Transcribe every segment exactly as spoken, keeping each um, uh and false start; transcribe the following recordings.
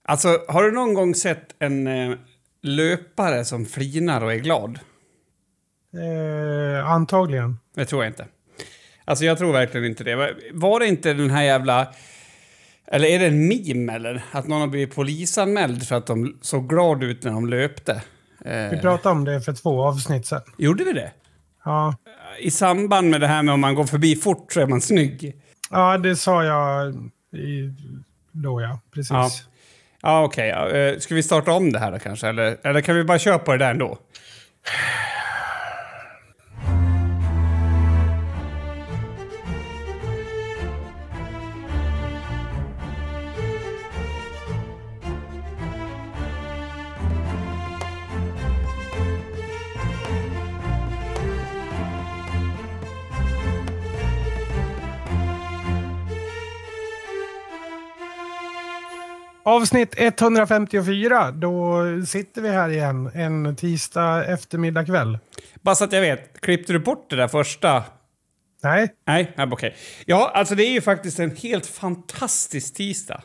Alltså, har du någon gång sett en eh, löpare som flinar och är glad? Eh, antagligen. Det tror jag inte. Alltså, jag tror verkligen inte det. Var det inte den här jävla... Eller är det en meme eller? Att någon har blivit polisanmäld för att de såg glad ut när de löpte. Eh... Vi pratade om det för två avsnitt sedan. Gjorde vi det? Ja. I samband med det här med om man går förbi fort så är man snygg. Ja, det sa jag i... då, ja. Precis. Ja, ja okej. Okay. Ska vi starta om det här då kanske? Eller, eller kan vi bara köra på det där ändå? Avsnitt etthundrafemtiofyra, då sitter vi här igen en tisdag eftermiddag kväll. Bara så att jag vet, klippte du bort det där första? Nej. Nej, okej. Okay. Ja, alltså det är ju faktiskt en helt fantastisk tisdag.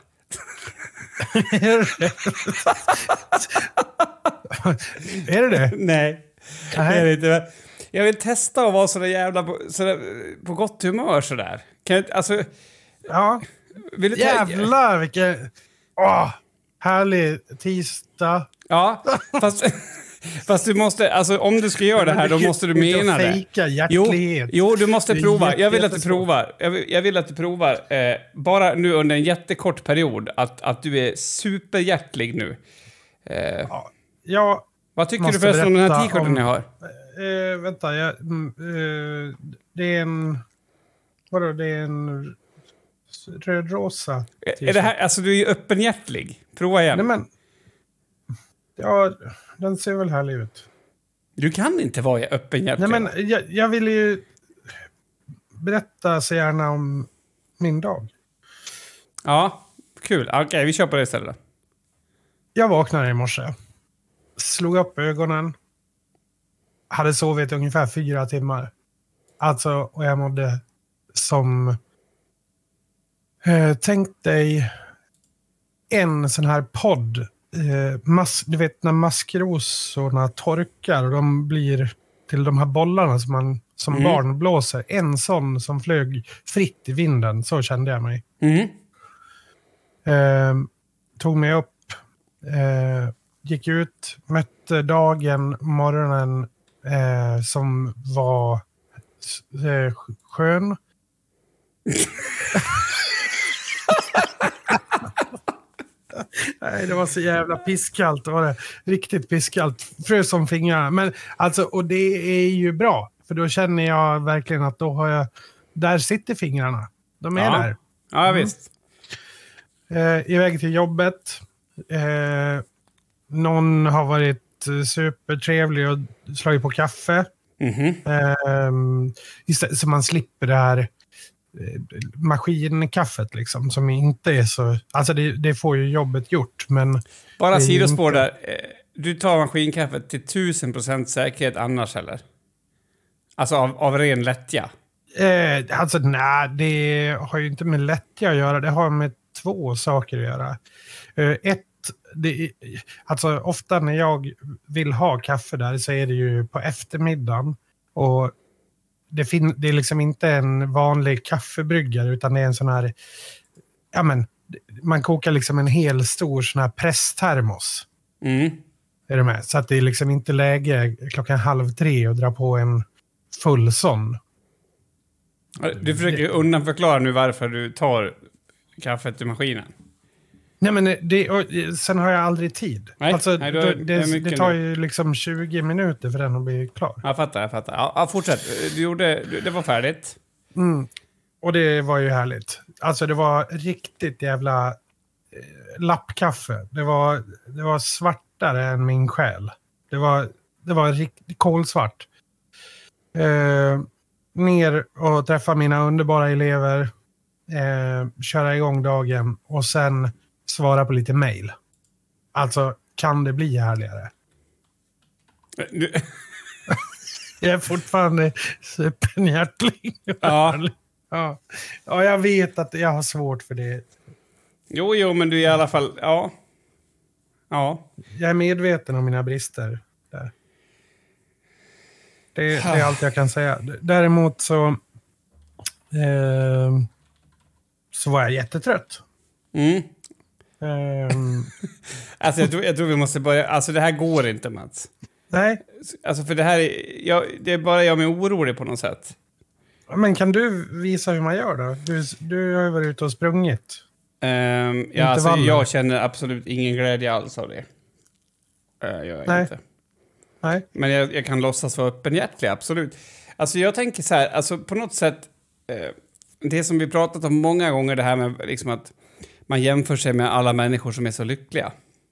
Är det det? Nej, det är det inte. Jag vill testa att vara sådär jävla på, sådär, på gott humör sådär. Kan jag, alltså... Ja. Vill du jävlar vilken... Åh, härlig tisdag. Ja, fast, fast du måste, alltså om du ska göra det här då måste du mena det. Fejka hjärtlighet. Jo, jo, du måste prova. Jag vill att du provar. Jag vill, jag vill att du provar, eh, bara nu under en jättekort period, att, att du är superhjärtlig nu. Eh, ja, jag vad tycker du förresten om den här t-shirten om, jag har? Eh, vänta, jag, eh, det är en... Vadå, det är en... rödrosa. Är det här, alltså du är ju öppenhjärtlig. Prova igen. Nej men, ja, den ser väl härlig ut. Du kan inte vara öppenhjärtig. Nej men, jag, jag vill ju berätta så gärna om min dag. Ja, kul. Okej, okay, vi kör på det istället. Jag vaknade i morse. Slog upp ögonen. Hade sovit ungefär fyra timmar. Alltså, och jag mådde som... Eh, tänk dig en sån här podd. Eh, mas- du vet när maskrosorna torkar och de blir till de här bollarna som man som mm. barn blåser. En sån som flög fritt i vinden. Så kände jag mig. Mm. Eh, tog mig upp. Eh, gick ut. Mötte dagen, morgonen eh, som var eh, skön. Nej, det var så jävla pisskallt. Det var det. Riktigt pisskallt. Frös som fingrar. Men alltså, och det är ju bra. För då känner jag verkligen att då har jag... Där sitter fingrarna. De är ja. där. Ja, mm. visst. Eh, iväg till jobbet. Eh, någon har varit supertrevlig och slagit på kaffe. Mm-hmm. Eh, istället, så man slipper det här maskinkaffet liksom, som inte är så... Alltså det, det får ju jobbet gjort, men... Bara sidospår inte... där. Du tar maskinkaffet till tusen procent säkerhet annars, eller? Alltså av, av ren lättja? Eh, alltså nej, det har ju inte med lättja att göra. Det har med två saker att göra. Eh, ett, det, alltså ofta när jag vill ha kaffe där så är det ju på eftermiddagen. Och Det, fin- det är liksom inte en vanlig kaffebryggare utan det är en sån här, ja men, man kokar liksom en hel stor sån här presstermos. Mm. Är du med? Så att det är liksom inte läge klockan halv tre och dra på en full sån. Du försöker undanförklara nu varför du tar kaffet i maskinen. Nej men det, och, sen har jag aldrig tid. Nej, alltså, nej, då, det, det, det tar ju liksom tjugo minuter för den att bli klar. Jag fattar, jag fattar. Ja, ja, fortsätt. Du gjorde, det var färdigt. Mm. Och det var ju härligt. Alltså det var riktigt jävla eh, lappkaffe. Det var, det var svartare än min själ. Det var, det var riktigt kolsvart. Eh, ner och träffa mina underbara elever. Eh, köra igång dagen och sen svara på lite mejl. Alltså, kan det bli härligare? Du... jag är fortfarande superhjärtlig. Ja. ja. Ja, jag vet att jag har svårt för det. Jo, jo, men du är i alla fall... Ja. Ja. Jag är medveten om mina brister där. Det, det är allt jag kan säga. Däremot så eh, så var jag jättetrött. Mm. Um, alltså jag tror, jag tror vi måste börja... Alltså det här går inte, Mats. Nej. Alltså för det här är... Jag, det är bara jag mig orolig på något sätt. Men kan du visa hur man gör då? Du, du har ju varit ute och sprungit. Um, ja, alltså, jag känner absolut ingen glädje alls av det. Uh, jag Nej. inte. Nej. Men jag, jag kan låtsas vara öppenhjärtlig, absolut. Alltså jag tänker så här, alltså på något sätt... Uh, det som vi pratat om många gånger, det här med liksom att man jämför sig med alla människor som är så lyckliga.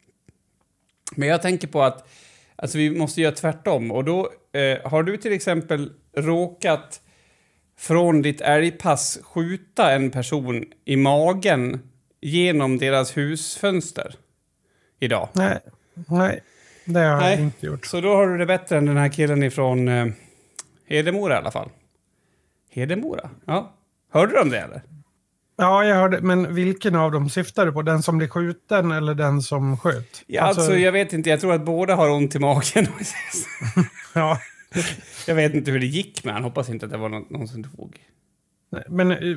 Men jag tänker på att alltså vi måste göra tvärtom. Och då eh, har du till exempel råkat från ditt älgpass skjuta en person i magen genom deras husfönster idag? Nej, nej. Det har Nej. jag inte gjort. Så då har du det bättre än den här killen ifrån eh, Hedemora i alla fall. Hedemora? Ja. Hörde du om det eller? Ja, jag hörde. Men vilken av dem syftar du på? Den som blir skjuten eller den som sköt? Ja, alltså, alltså jag vet inte. Jag tror att båda har ont i magen. Ja. Jag vet inte hur det gick med han. Hoppas inte att det var någon, någon som dog. Nej, men uh,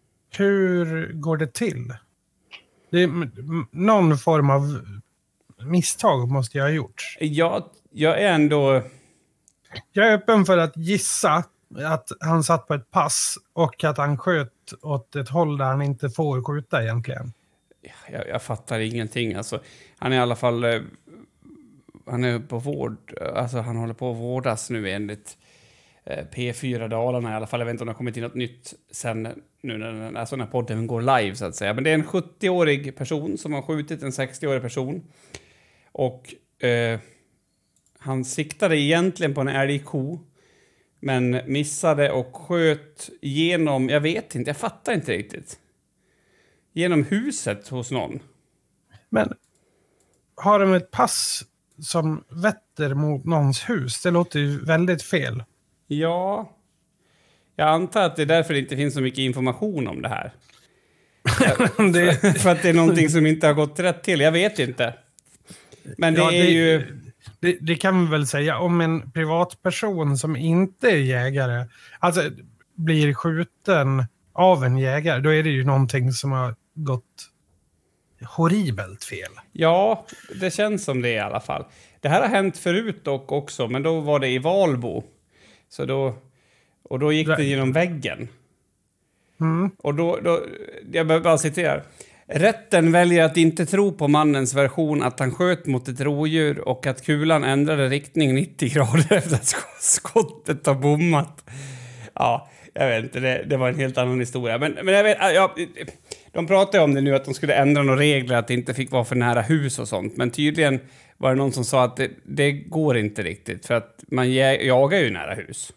hur går det till? Det är, någon form av misstag måste jag ha gjort. Jag, jag är ändå... Jag är öppen för att gissa att han satt på ett pass och att han sköt åt ett håll där han inte får skjuta egentligen. Jag, jag fattar ingenting. Alltså, han är i alla fall... Eh, han är på vård. Alltså han håller på att vårdas nu enligt eh, P fyra Dalarna i alla fall. Jag vet inte om det har kommit in något nytt sen nu när den, alltså när podden går live så att säga. Men det är en sjuttio-årig person som har skjutit en sextio-årig person. Och eh, han siktade egentligen på en älgko. Men missade och sköt genom, jag vet inte, jag fattar inte riktigt. Genom huset hos någon. Men har de ett pass som vetter mot någons hus? Det låter ju väldigt fel. Ja, jag antar att det är därför det inte finns så mycket information om det här. det... För att det är någonting som inte har gått rätt till, jag vet inte. Men det ja, är det... ju... Det, det kan man väl säga om en privatperson som inte är jägare, alltså blir skjuten av en jägare, då är det ju någonting som har gått horribelt fel. Ja, det känns som det i alla fall. Det här har hänt förut dock också, men då var det i Valbo. Så då, och då gick det genom väggen. Mm. Och då, då, jag behöver bara citera. Rätten väljer att inte tro på mannens version att han sköt mot ett rådjur och att kulan ändrade riktning nittio grader efter att skottet har bommat. Ja, jag vet inte, det, det var en helt annan historia. Men, men jag vet, ja, de pratar ju om det nu att de skulle ändra några regler att det inte fick vara för nära hus och sånt. Men tydligen var det någon som sa att det, det går inte riktigt för att man jagar ju nära hus.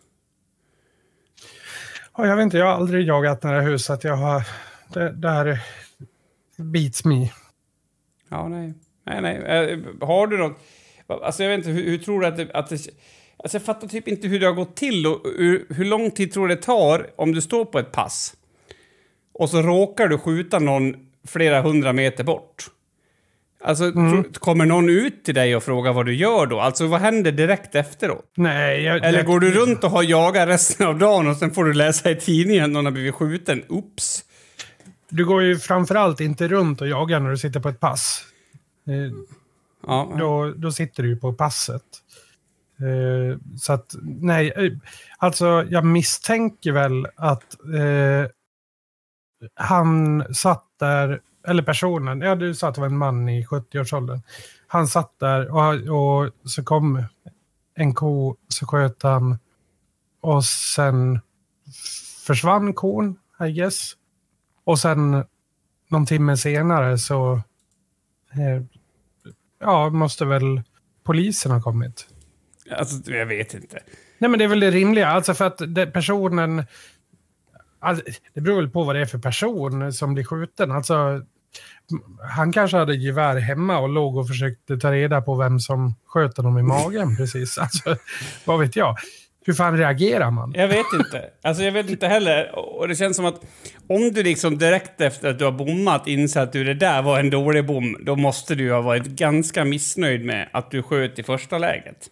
Ja, jag vet inte, jag har aldrig jagat nära hus så att jag har... Det, det här beats me. Ja, nej. Nej, nej. Har du något... Alltså, jag vet inte, hur, hur tror du att det... Att det alltså, jag fattar typ inte hur det har gått till och hur, hur lång tid tror du det tar om du står på ett pass och så råkar du skjuta någon flera hundra meter bort. Alltså, mm. tro, kommer någon ut till dig och frågar vad du gör då? Alltså, vad händer direkt efteråt? Nej, jag, Eller jag, går du runt och har jagat resten av dagen och sen får du läsa i tidningen att någon har blivit skjuten? Oops. Du går ju framförallt inte runt och jagar när du sitter på ett pass. Eh, ja, ja. Då, då sitter du ju på passet. Eh, så att, nej. Alltså, jag misstänker väl att eh, han satt där, eller personen, ja du sa att det var en man i sjuttio-årsåldern. Han satt där och, och så kom en ko, så sköt han och sen försvann kon, I guess. Och sen någon timme senare så eh, ja, måste väl polisen ha kommit. Alltså, jag vet inte. Nej, men det är väl det rimliga. Alltså för att det, personen... Alltså, det beror väl på vad det är för person som blir skjuten. Alltså, han kanske hade gevär hemma och låg och försökte ta reda på vem som sköt honom i magen. Precis. Alltså, vad vet jag. Hur fan reagerar man? Jag vet inte. Alltså jag vet inte heller. Och det känns som att om du liksom direkt efter att du har bommat inser att du det där var en dålig bom, då måste du ha varit ganska missnöjd med att du sköt i första läget.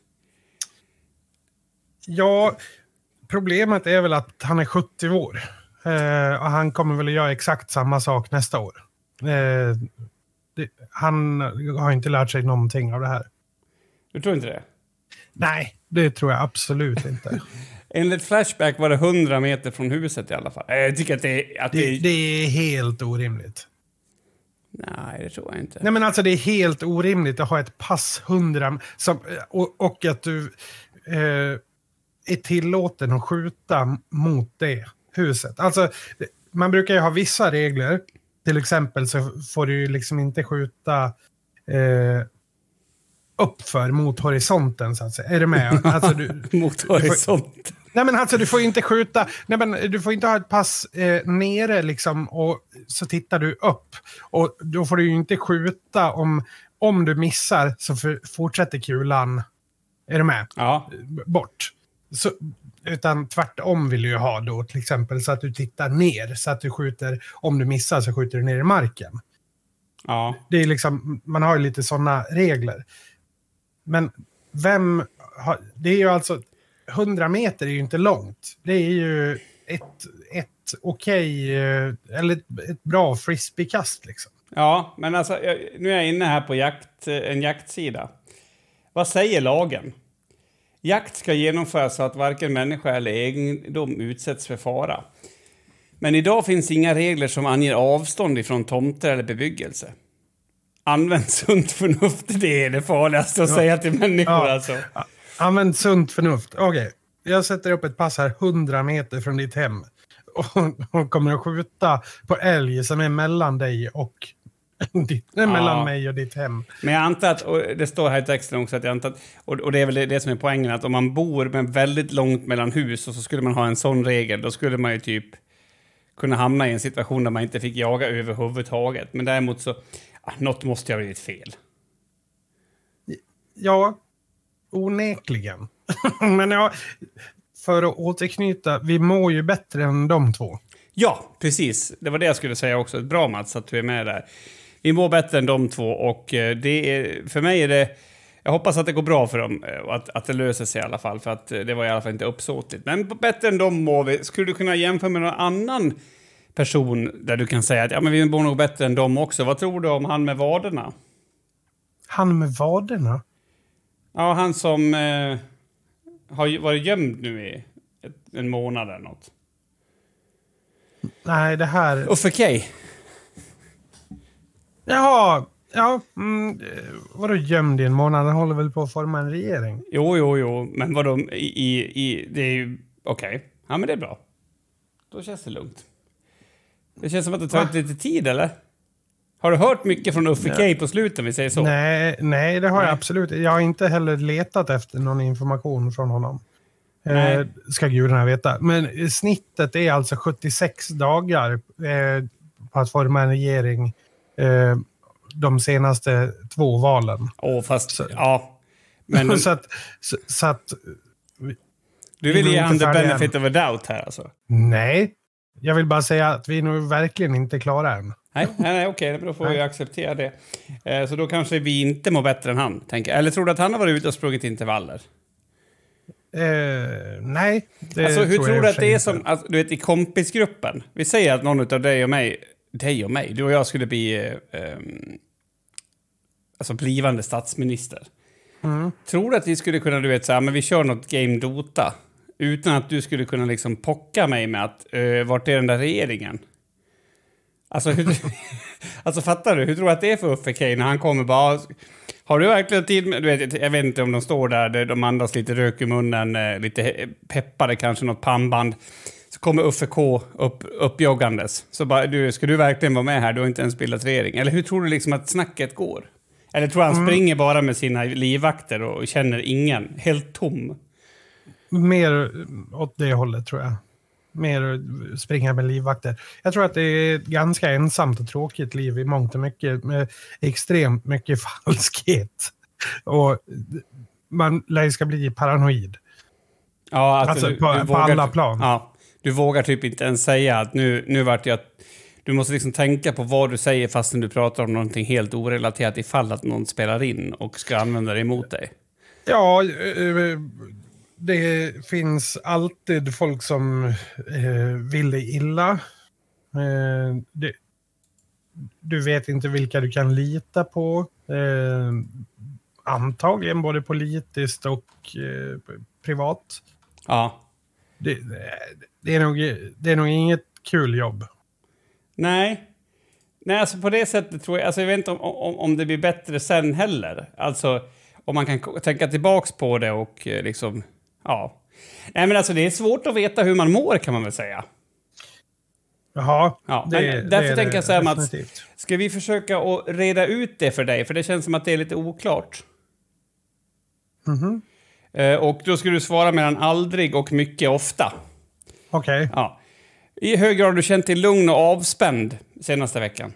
Ja, problemet är väl att han är sjuttio år. Eh, och han kommer väl att göra exakt samma sak nästa år. Eh, det, han har inte lärt sig någonting av det här. Du tror inte det? Nej, det tror jag absolut inte. Enligt Flashback var det hundra meter från huset i alla fall. Jag tycker att det, att det... det, det är helt orimligt. Nej, det tror jag inte. Nej, men alltså det är helt orimligt att ha ett pass hundra som, och, och att du eh, är tillåten att skjuta mot det huset. Alltså, man brukar ju ha vissa regler. Till exempel så får du ju liksom inte skjuta eh, uppför mot horisonten, så att säga. Är du med? Alltså, du, mot horisonten? Får, nej, men alltså du får inte skjuta... Nej, men du får inte ha ett pass eh, nere liksom och så tittar du upp. Och då får du ju inte skjuta om... Om du missar så för, fortsätter kulan... Är du med? Ja. Bort. Så, utan tvärtom vill du ju ha då till exempel så att du tittar ner. Så att du skjuter... Om du missar så skjuter du ner i marken. Ja. Det är liksom... Man har ju lite sådana regler. Men vem har, det är ju alltså hundra meter är ju inte långt. Det är ju ett, ett okej eller ett, ett bra frisbeekast liksom. Ja, men alltså jag, nu är jag inne här på jakt, en jaktsida. Vad säger lagen? Jakt ska genomföras så att varken människa eller egendom utsätts för fara. Men idag finns inga regler som anger avstånd ifrån tomter eller bebyggelse. Använd sunt förnuft, det är det farligaste att ja. säga till människor ja. alltså. Använd sunt förnuft. Okej, okay. Jag sätter upp ett pass här hundra meter från ditt hem. Och, och kommer att skjuta på älg som är mellan dig och ditt, ja. mellan mig och ditt hem. Men jag antar att, och det står här i texten också, att jag antar att, och, och det är väl det, det som är poängen, att om man bor med väldigt långt mellan hus och så skulle man ha en sån regel, då skulle man ju typ kunna hamna i en situation där man inte fick jaga överhuvudtaget. Men däremot så, ah, något måste ha blivit fel. Ja, onekligen. Men ja, för att återknyta, vi mår ju bättre än de två. Ja, precis. Det var det jag skulle säga också. Bra, Mats, att du är med där. Vi mår bättre än de två och det är, för mig är det... Jag hoppas att det går bra för dem och att, att det löser sig i alla fall. För att det var i alla fall inte uppsåtligt. Men bättre än de mår vi. Skulle du kunna jämföra med någon annan person där du kan säga att ja, men vi mår nog bättre än dem också. Vad tror du om han med vaderna? Han med vaderna? Ja, han som eh, har varit gömd nu i ett, en månad eller något. Nej, det här... Uffe K. Jaha, ja. Mm, vadå gömd i en månad? Han håller väl på att forma en regering? Jo, jo, jo. Men vadå, i, i, i, det är ju... Okej. Okay. Ja, men det är bra. Då känns det lugnt. Det känns som att det tar lite tid, eller? Har du hört mycket från Uffe ja. K på slutet, vi säger så? Nej, nej det har nej. jag absolut. Jag har inte heller letat efter någon information från honom. Eh, ska gudarna veta. Men snittet är alltså sjuttiosex dagar eh, på att forma en regering eh, de senaste två valen. Åh, fast... Så, ja. Men, så att... Så, så att du vill ge han the benefit än. of a doubt här, alltså? Nej. Jag vill bara säga att vi är nog verkligen inte klara än. Nej, nej, nej okej. Okay, då får vi acceptera det. Eh, så då kanske vi inte mår bättre än han, tänker. Eller tror du att han har varit ute och sprungit intervaller? Eh, nej. Det alltså, hur tror, tror du att det är inte. som, alltså, du vet, i kompisgruppen? Vi säger att någon av dig och mig, dig och mig, du och jag skulle bli eh, eh, alltså blivande statsminister. Mm. Tror du att vi skulle kunna, du vet, så här, men vi kör något game Dota utan att du skulle kunna liksom pocka mig med att uh, vart är den där regeringen? Alltså, hur, alltså fattar du? Hur tror du att det är för Uffe K när han kommer bara... Har du verkligen tid med... Du vet, jag vet inte om de står där, de andas lite rök i munnen, lite peppade, kanske något pannband. Så kommer Uffe K upp, uppjoggandes. Så bara, du, ska du verkligen vara med här? Du har inte ens bildat regering. Eller hur tror du liksom att snacket går? Eller tror du han mm. springer bara med sina livvakter och känner ingen? Helt tom? Mer åt det hållet, tror jag. Mer springa med livvakter. Jag tror att det är ett ganska ensamt och tråkigt liv i mångt och mycket, med extremt mycket falskhet. Och man lär ska bli paranoid. Ja, alltså, Alltså du, på, du på vågar, alla plan. Ja, du vågar typ inte ens säga att nu, nu vart jag... Du måste liksom tänka på vad du säger fastän du pratar om någonting helt orelaterat ifall att någon spelar in och ska använda det emot dig. Ja, eh, det finns alltid folk som eh, vill dig illa. Eh, det, du vet inte vilka du kan lita på. Eh, antagligen både politiskt och eh, privat. Ja. Det, det, är nog, det är nog inget kul jobb. Nej. Nej, alltså på det sättet tror jag... Alltså jag vet inte om, om, om det blir bättre sen heller. Alltså om man kan k- tänka tillbaks på det och eh, liksom... Ja. Nej, men alltså det är svårt att veta hur man mår kan man väl säga. Jaha, Ja, det, men därför det är tänker jag så här, Mats, definitivt. ska vi försöka att reda ut det för dig? För det känns som att det är lite oklart. Mhm. Eh, och då ska du svara mellan aldrig och mycket ofta. Okej. Ja. I hög grad har du känt dig lugn och avspänd senaste veckan?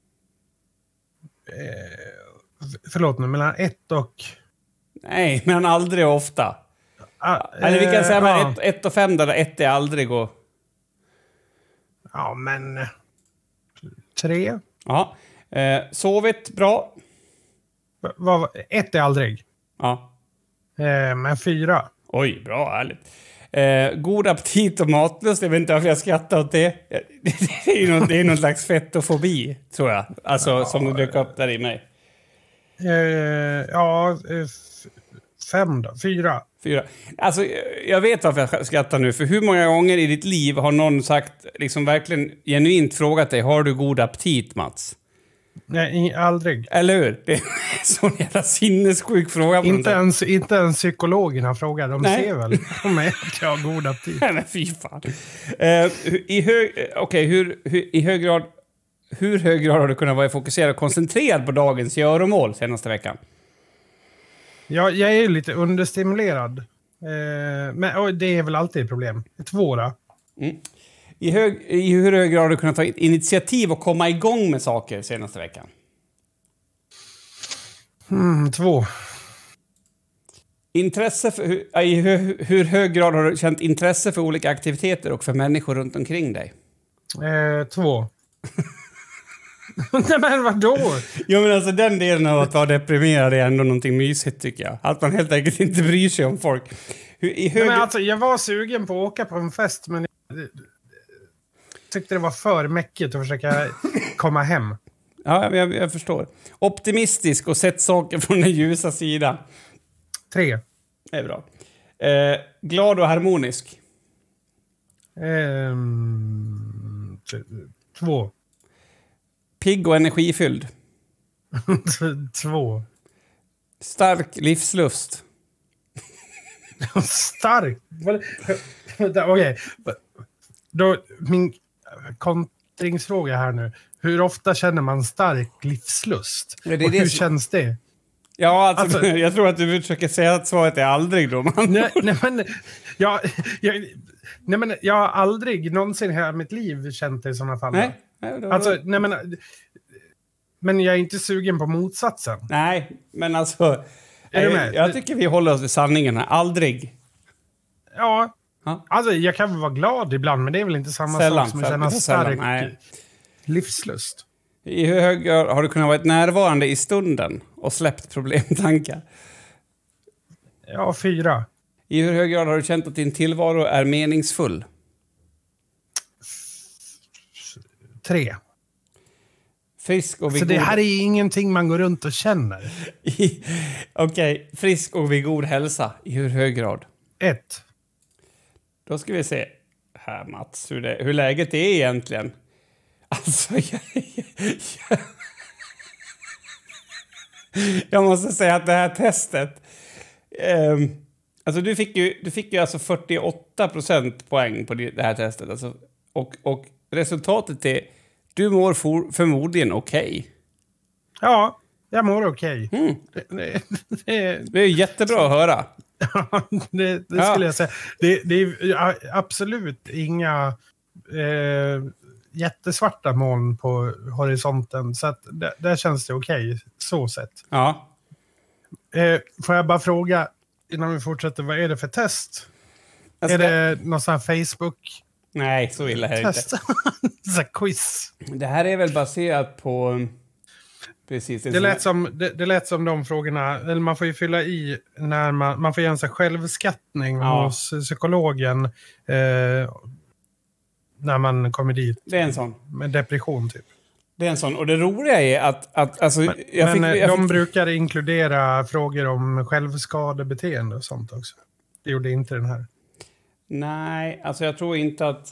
Förlåt nu, mellan ett och... Nej, mellan aldrig och ofta. Ah, Eller vi kan säga eh, mellan ja. ett, ett och fem där ett är aldrig och... Ja, men... eh, Tre? Ja. Eh, sovit bra? Va- Vad, ett är aldrig. Ja. Eh, men fyra. Oj, bra, härligt. Eh, god aptit och matlust. Jag vet inte varför jag skrattar åt det. Det är ju någon, det är någon slags fettofobi, tror jag. Alltså, som du dök upp där i mig. Eh, ja, eh, f- fem då. Fyra. Fyra. Alltså, jag vet varför jag skrattar nu. För hur många gånger i ditt liv har någon sagt, liksom verkligen genuint frågat dig, har du god aptit, Mats? Nej, i- aldrig. Eller hur? Det är en sån jävla sinnessjuk fråga. På Inte den ens, inte ens psykologerna frågar. De Nej. ser väl om jag att jag har god aptit. Nej, men fy fan. Eh, I hög... Okej, okay, hur, hur, i hög grad... Hur hög grad har du kunnat vara fokuserad och koncentrerad på dagens göromål senaste veckan? Ja, jag är ju lite understimulerad. Eh, men och det är väl alltid ett problem. Två då. Mm. I, hög, I hur hög grad har du kunnat ta initiativ och komma igång med saker senaste veckan? Mm, två. Intresse för, hur, I hur, hur hög grad har du känt intresse för olika aktiviteter och för människor runt omkring dig? Eh, två. Nej, men vadå? Jo, men alltså den delen av att vara deprimerad är ändå någonting mysigt, tycker jag. Att man helt enkelt inte bryr sig om folk. Hur, i hög... Nej, men alltså, jag var sugen på att åka på en fest, men jag tyckte det var för mäckigt att försöka komma hem. Ja, jag, jag förstår. Optimistisk och sett saker från den ljusa sidan. Tre. Det är bra. Eh, glad och harmonisk. Ehm, t- två. Pigg och energifylld. Två. Stark livslust. Stark. Vad- Vänta, Okej. Då, min kontringsfråga här nu. Hur ofta känner man stark livslust? Ja, det är Och det hur som- känns det? Ja, alltså, Alltså- jag tror att du försöker säga att svaret är aldrig då. Man. Nej, nej, men, jag, jag, nej, men jag har aldrig någonsin i hela mitt liv känt det i sådana fall. Nej. Nej, då, Alltså, nej, men, men jag är inte sugen på motsatsen. nej, men alltså... Är du jag, med? jag tycker vi håller oss till sanningen här. Aldrig. Ja, Ja. alltså jag kan väl vara glad ibland, men det är väl inte samma Sällan, sak som att för- känna för sällan, stark nej. livslust. I hur hög grad har du kunnat vara närvarande i stunden och släppt problemtankar? Ja, fyra. I hur hög grad har du känt att din tillvaro är meningsfull? Tre. Frisk och vid Så det god... här är ingenting man går runt och känner. I- Okej, frisk och vid god hälsa. I hur hög grad? Ett. Då ska vi se här, Mats, hur, det, hur läget är egentligen. Alltså, jag, jag, jag måste säga att det här testet... ehm, alltså, du fick ju, du fick ju alltså fyrtioåtta procent poäng på det här testet. Alltså, och, och resultatet är... Du mår for, förmodligen okej. Ja, jag mår okej. Mm. Det, det, det, Det är jättebra att höra. det, det Ja. skulle jag säga. Det, det är absolut inga eh, jättesvarta moln på horisonten. Så att där, där känns det okej, så sett. Ja. Eh, får jag bara fråga, innan vi fortsätter, vad är det för test? Alltså, är det någon sån här Facebook? Nej, så illa är det inte. Så här quiz. Det här är väl baserat på... Precis. Det lät, som, det, det lät som de frågorna, eller man får ju fylla i när man, man får göra en sån här självskattning Ja. hos psykologen eh, när man kommer dit. Det är en sån. Med depression typ. Det är en sån. Och det roliga är att... att alltså, Men, jag fick, men jag de fick, brukar inkludera frågor om självskadebeteende och sånt också. Det gjorde inte den här. Nej, alltså jag tror inte att...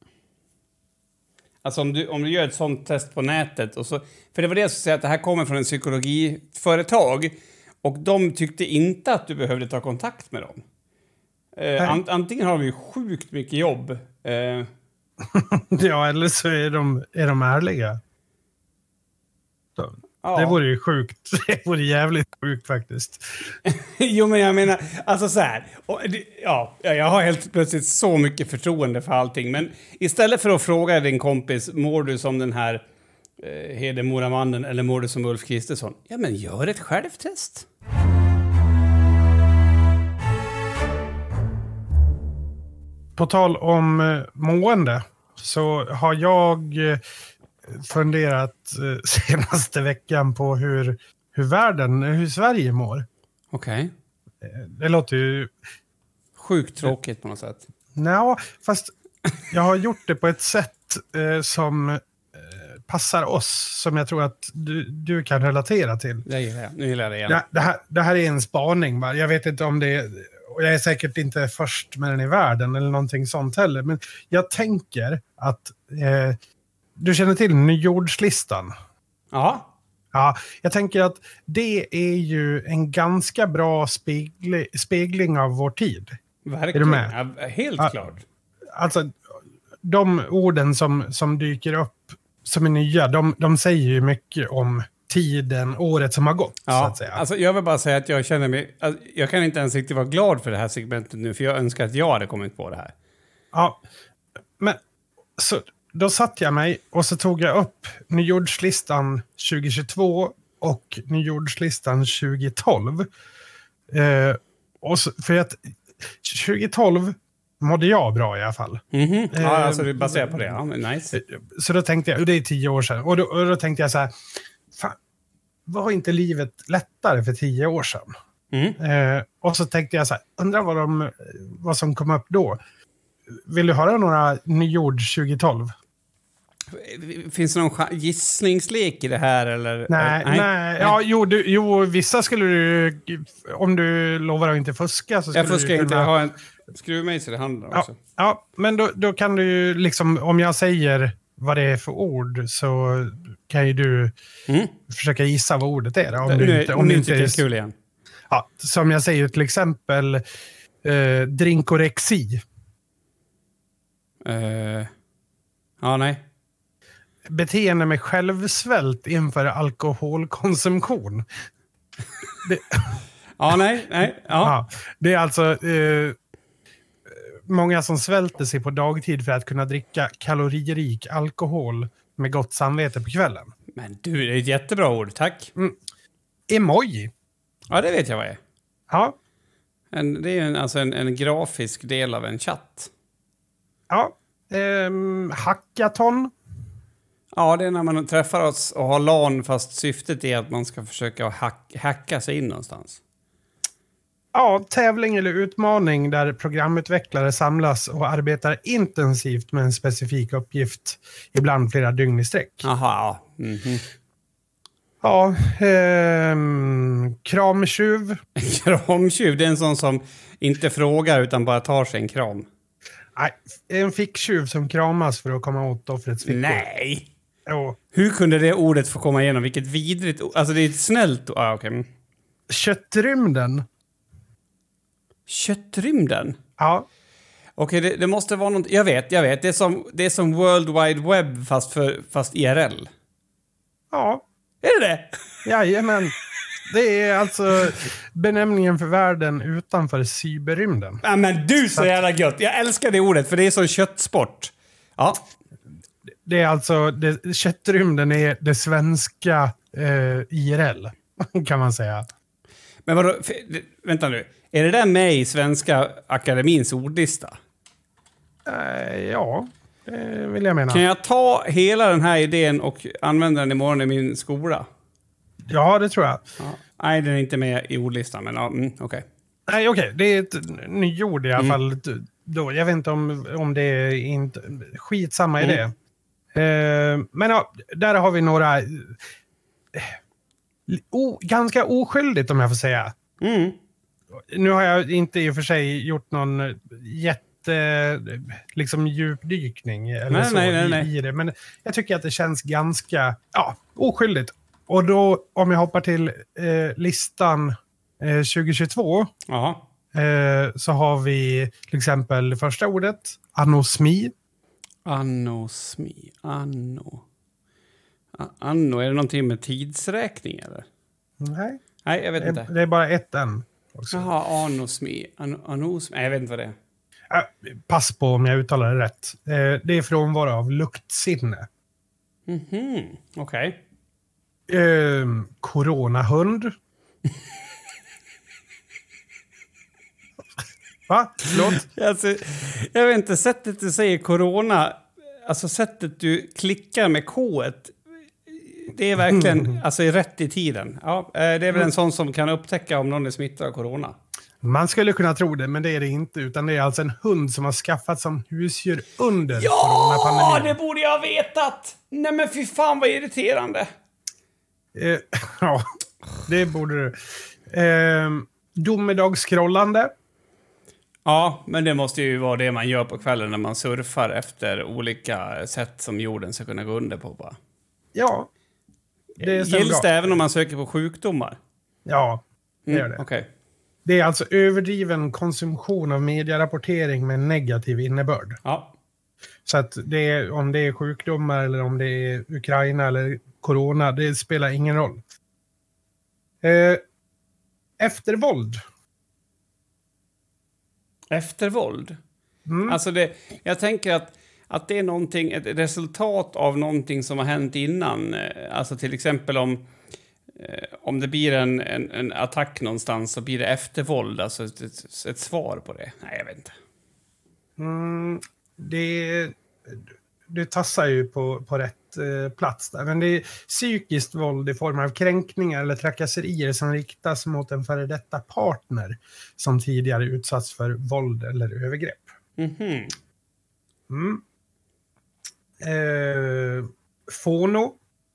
Alltså om du, om du gör ett sånt test på nätet och så... För det var det jag skulle säga, att det här kommer från en psykologiföretag. Och de tyckte inte att du behövde ta kontakt med dem. Eh, an, antingen har de ju sjukt mycket jobb. Eh, Ja, eller så är de, är de ärliga. Så, ja. Det vore ju sjukt. Det vore jävligt sjukt faktiskt. Jo, men jag menar, alltså så här. Och det, ja, jag har helt plötsligt så mycket förtroende för allting. Men istället för att fråga din kompis, mår du som den här eh, Hedemoramannen eller mår du som Ulf Kristersson? Ja, men gör ett självtest. På tal om eh, mående så har jag eh, funderat eh, senaste veckan på hur, hur världen, hur Sverige mår. Okej. Eh, Det låter ju... Sjukt tråkigt på något sätt. Nja, fast jag har gjort det på ett sätt eh, som eh, passar oss, som jag tror att du, du kan relatera till. Det gillar jag. Nu gillar jag det igen. Det, det, här, det här är en spaning, va? Jag vet inte om det är, och jag är säkert inte först med den i världen eller någonting sånt heller, men jag tänker att eh, du känner till Nyjordslistan. Ja. Ja, jag tänker att det är ju en ganska bra spegli, spegling av vår tid. Verkligen. Är du med? Ja, helt Ja. klart. Alltså, de orden som, som dyker upp som är nya, de, de säger ju mycket om tiden, året som har gått, så Ja, att säga. alltså jag vill bara säga att jag känner mig... Alltså, jag kan inte ens riktigt vara glad för det här segmentet nu, för jag önskar att jag hade kommit på det här. Ja, men så då satt jag mig och så tog jag upp Nyjordslistan tjugohundratjugotvå och Nyjordslistan tjugotolv. Eh, och så, för att tjugotolv mådde jag bra i alla fall. Mhm. Ja, Eh, alltså det baserar på det. Ja, men nice. Så då tänkte jag, och det är tio år sedan, och då, och då tänkte jag så här, fan, var inte livet lättare för tio år sedan? Mm. Eh, och så tänkte jag så här, undrar vad, de, vad som kom upp då. Vill du höra några nyord tjugotolv? Finns det någon cha- gissningslek i det här, eller? Nej, nej. nej. Ja, jo, du, jo, vissa skulle du... Om du lovar att inte fuska så skulle Jag fuskar du inte. kunna- Jag har en skruvmejsel i handen Ja, också. ja, men då, då kan du ju liksom, om jag säger vad det är för ord så kan ju du Mm. försöka gissa vad ordet är. Då, om Nu, du inte, om nu du inte tycker jag är, det är kul igen. ja, som jag säger till exempel eh, drinkorexi. Uh, ja, nej. Beteende med självsvält inför alkoholkonsumtion. Det, Ja, nej, nej. Ja. ja, det är alltså eh, många som svälter sig på dagtid för att kunna dricka kaloririk alkohol med gott samvete på kvällen. Men du, det är ett jättebra ord. Tack. Emoji. Ja, det vet jag vad det är. Ja, En, det är en, alltså en, en grafisk del av en chatt. ja. Ehm, hackathon. Ja, det är när man träffar oss och har LAN, fast syftet är att man ska försöka hack, hacka sig in någonstans. Ja, tävling eller utmaning där programutvecklare samlas och arbetar intensivt med en specifik uppgift, ibland flera dygn i sträck. Jaha, ja. Mhm. Ja, ehm, kramtjuv. Kramtjuv, det är en sån som inte frågar utan bara tar sig en kram. Nej, en ficktjuv som kramas för att komma åt offrets fickor. Nej! Jo. Hur kunde det ordet få komma igenom? Vilket vidrigt ord. Alltså det är ett snällt ord. Ah, okay. Köttrymden. Köttrymden? Ja, Okej, det, det måste vara något... Jag vet, jag vet. Det är som, det är som World Wide Web fast, för, fast I R L. ja, Är det det? jajamän. Det är alltså benämningen för världen utanför cyberrymden. Ja, men du så jävla gött. Jag älskar det ordet för det är som köttsport. Ja. Det är alltså, det, köttrymden är det svenska eh, I R L, kan man säga. Men vadå, för, vänta nu. Är det där med i Svenska Akademins ordlista? Uh, ja, det vill jag mena. Kan jag ta hela den här idén och använda den imorgon i min skola? Ja, det tror jag. Ja. Nej, den är inte med i ordlistan, men ja, mm, okej. Okay. Nej, okej. Okay. Det är ett nyord i alla mm. fall. Då. Jag vet inte om, om det är inte... Skitsamma mm. i det. Uh, men ja, där har vi några... Uh, o, ganska oskyldigt, om jag får säga. Mm. Nu har jag inte i och för sig gjort någon jätte... liksom djupdykning eller nej, så nej, nej, i, nej. i det. Men jag tycker att det känns ganska ja, oskyldigt. Och då, om jag hoppar till eh, listan eh, tjugohundratjugotvå eh, så har vi till exempel första ordet, anosmi. Anosmi, anno. Anno, är det någonting med tidsräkning eller? Nej. Nej, jag vet det, inte. Det är bara ett än. Också. Jaha, anosmi. An anosmi. Nej, jag vet inte vad det är. Äh, pass på om jag uttalar det rätt. Eh, det är frånvaro av luktsinne. Mhm, okej. Okay. Eh, coronahund. Va? Förlåt? Alltså, jag vet inte, sättet du säger corona, alltså sättet du klickar med K-et, det är verkligen mm. alltså, rätt i tiden. Ja, det är väl en sån som kan upptäcka om någon är smittad av corona. Man skulle kunna tro det, men det är det inte. Utan det är alltså en hund som har skaffat som husdjur under ja, coronapandemin. Ja, det borde jag ha vetat! Nej men fy fan vad irriterande. Eh, ja, det borde du. Eh, domedagsskrollande. Ja, men det måste ju vara det man gör på kvällen när man surfar efter olika sätt som jorden ska kunna gå under på. Bara. Ja. Det gills det även om man söker på sjukdomar? Ja, det mm, gör det. Okay. Det är alltså överdriven konsumtion av medierapportering med negativ innebörd. Ja. Så att det är, om det är sjukdomar eller om det är Ukraina eller corona, det spelar ingen roll. Eh, eftervåld. Eftervåld? Mm. Alltså det, jag tänker att, att det är någonting, ett resultat av någonting som har hänt innan. Alltså till exempel om, om det blir en, en, en attack någonstans så blir det eftervåld. Alltså ett, ett, ett svar på det. Nej, jag vet inte. Mm, det, det tassar ju på, på rätt eh, plats där. Men det är psykiskt våld i form av kränkningar eller trakasserier som riktas mot en före detta partner som tidigare utsatts för våld eller övergrepp. Mm-hmm. Mm. Eh, fono.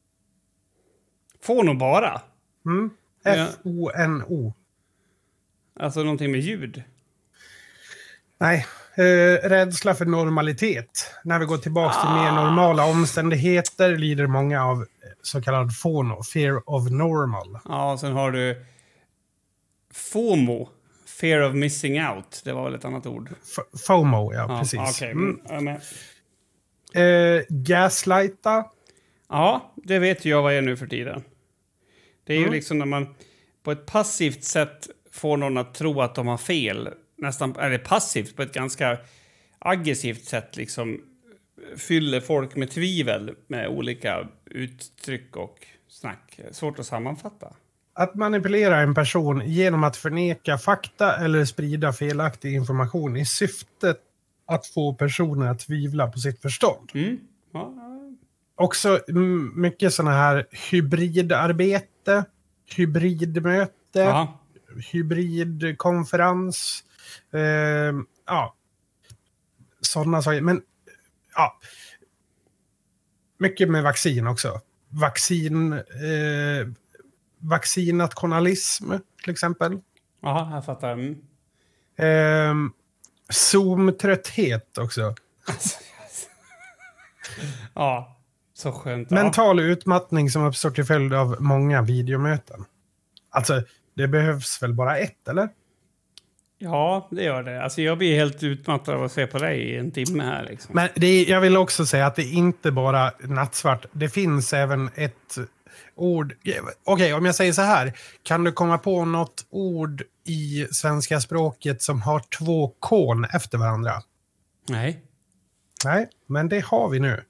Fono bara? Mm. F O N O. Alltså någonting med ljud? Nej. Eh, rädsla för normalitet. När vi går tillbaka ah. till mer normala omständigheter lider många av så kallad fono, fear of normal. Ja, och sen har du FOMO, fear of missing out. Det var väl ett annat ord? F FOMO, ja, ja precis. Okay. Mm. Mm. Eh, gaslighta. Ja, det vet jag vad jag är nu för tiden. Det är mm. ju liksom när man på ett passivt sätt får någon att tro att de har fel. Nästan, eller passivt på ett ganska aggressivt sätt liksom fyller folk med tvivel med olika uttryck och snack. Svårt att sammanfatta. Att manipulera en person genom att förneka fakta eller sprida felaktig information i syfte att få personer att tvivla på sitt förstånd. Mm. Ja. Också mycket sådana här hybridarbete, hybridmöte, Aha. hybridkonferens. Uh, ja, sådana saker. Men ja, mycket med vaccin också. Vaccin, uh, vaccinationalism till exempel. Ja, jag fattar. Mm. Uh, Zoom-trötthet också. Ja, så skönt. Mental ja. utmattning som uppstår till följd av många videomöten. Alltså, det behövs väl bara ett, eller? Ja, det gör det. Alltså jag blir helt utmattad av att se på dig i en timme här. Liksom. Men det är, jag vill också säga att det är inte bara nattsvart. Det finns även ett ord. Okej, okay, om jag säger så här. Kan du komma på något ord i svenska språket som har två kon efter varandra? Nej. Nej, men det har vi nu.